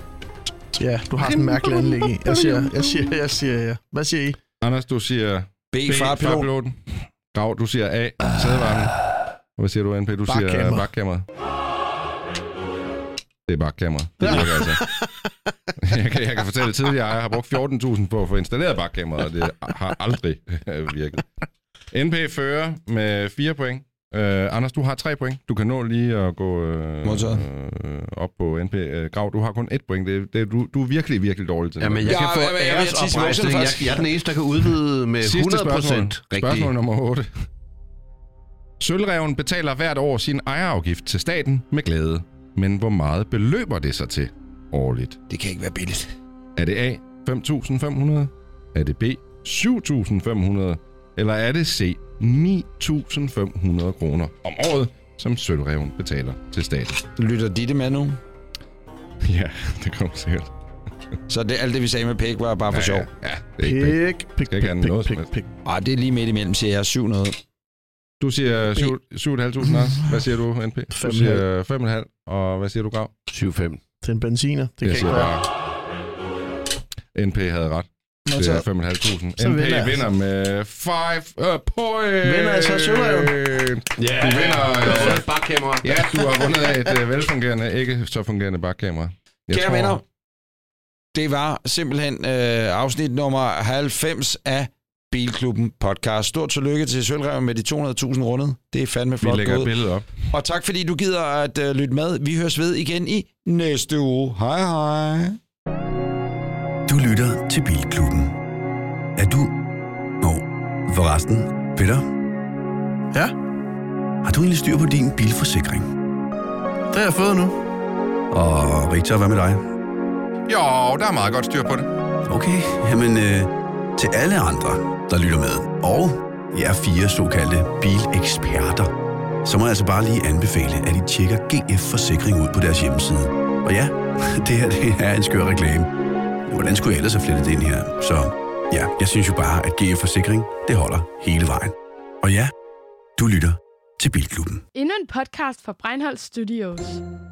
Ja, du har sådan en mærkelig anlæg i. Jeg siger, jeg siger, jeg siger ja. Hvad siger I? Anders, du siger B, fartpilot. fartpiloten. Grav, du siger A, sædevarmen. Hvad siger du, N P? Du siger bakkamera. Det er bakkamera. Det virker altså. Jeg kan, jeg kan fortælle tidligere, at jeg har brugt fjorten tusind på at få installeret bakkamera, og det har aldrig virket. N P fører med fire point. Uh, Anders, du har tre point. Du kan nå lige at gå uh, uh, op på N P. Uh, Grav, du har kun et point. Det, det, du, du er virkelig, virkelig dårlig til det. Jamen, jeg kan få æresoprejsning. Jeg, jeg er den eneste, der kan udvide med Sidste hundrede procent rigtigt. Spørgsmål nummer otte. Sølvreven betaler hvert år sin ejerafgift til staten med glæde. Men hvor meget beløber det sig til årligt? Det kan ikke være billigt. Er det A, fem tusind fem hundrede? Er det B, syv tusind fem hundrede? Eller er det C, ni tusind fem hundrede kroner om året, som Sølvreven betaler til staten? Lytter de det med nu? Ja, det kommer sikkert. Så det, alt det, vi sagde med pæk, var bare for ja, sjov? Ja, ja, det er ikke pæk. Pæk, pæk, Skal ikke have noget som helst. Ah, det er lige midt imellem, siger jeg. Syv noget. Du siger syv tusind fem hundrede. Hvad siger du, N P? Du siger fem komma fem. Og hvad siger du, Grav? syv komma fem. Til en benziner. Det jeg kan ikke være. N P havde ret. Det er fem tusind fem hundrede. N P vinder med fem point. Vinder altså Sølvreven. Ja, du vinder et bakkamera. Ja, du har vundet af et velfungerende, ikke så fungerende bakkamera. Kære tror... venner, det var simpelthen øh, afsnit nummer halvfems af Bilklubben podcast. Stort tillykke til Sølvreven med de to hundrede tusind rundet. Det er fandme flot. Vi lægger et billede op. Og tak fordi du gider at uh, lytte med. Vi høres ved igen i næste uge. Hej hej. Du lytter til Bilklubben. Er du... Nå, forresten, Peter? Ja? Har du egentlig styr på din bilforsikring? Det har jeg fået nu. Og Richard, hvad med dig? Jo, der er meget godt styr på det. Okay, jamen øh, til alle andre, der lytter med, og jer fire såkaldte bileksperter, så må jeg altså bare lige anbefale, at I tjekker G F Forsikring ud på deres hjemmeside. Og ja, det her det er en skør reklame. Hvordan skulle jeg ellers have flettet det ind her? Så ja, jeg synes jo bare, at G F Forsikring, det holder hele vejen. Og ja, du lytter til Bilklubben. Endnu en podcast fra Breinholt Studios.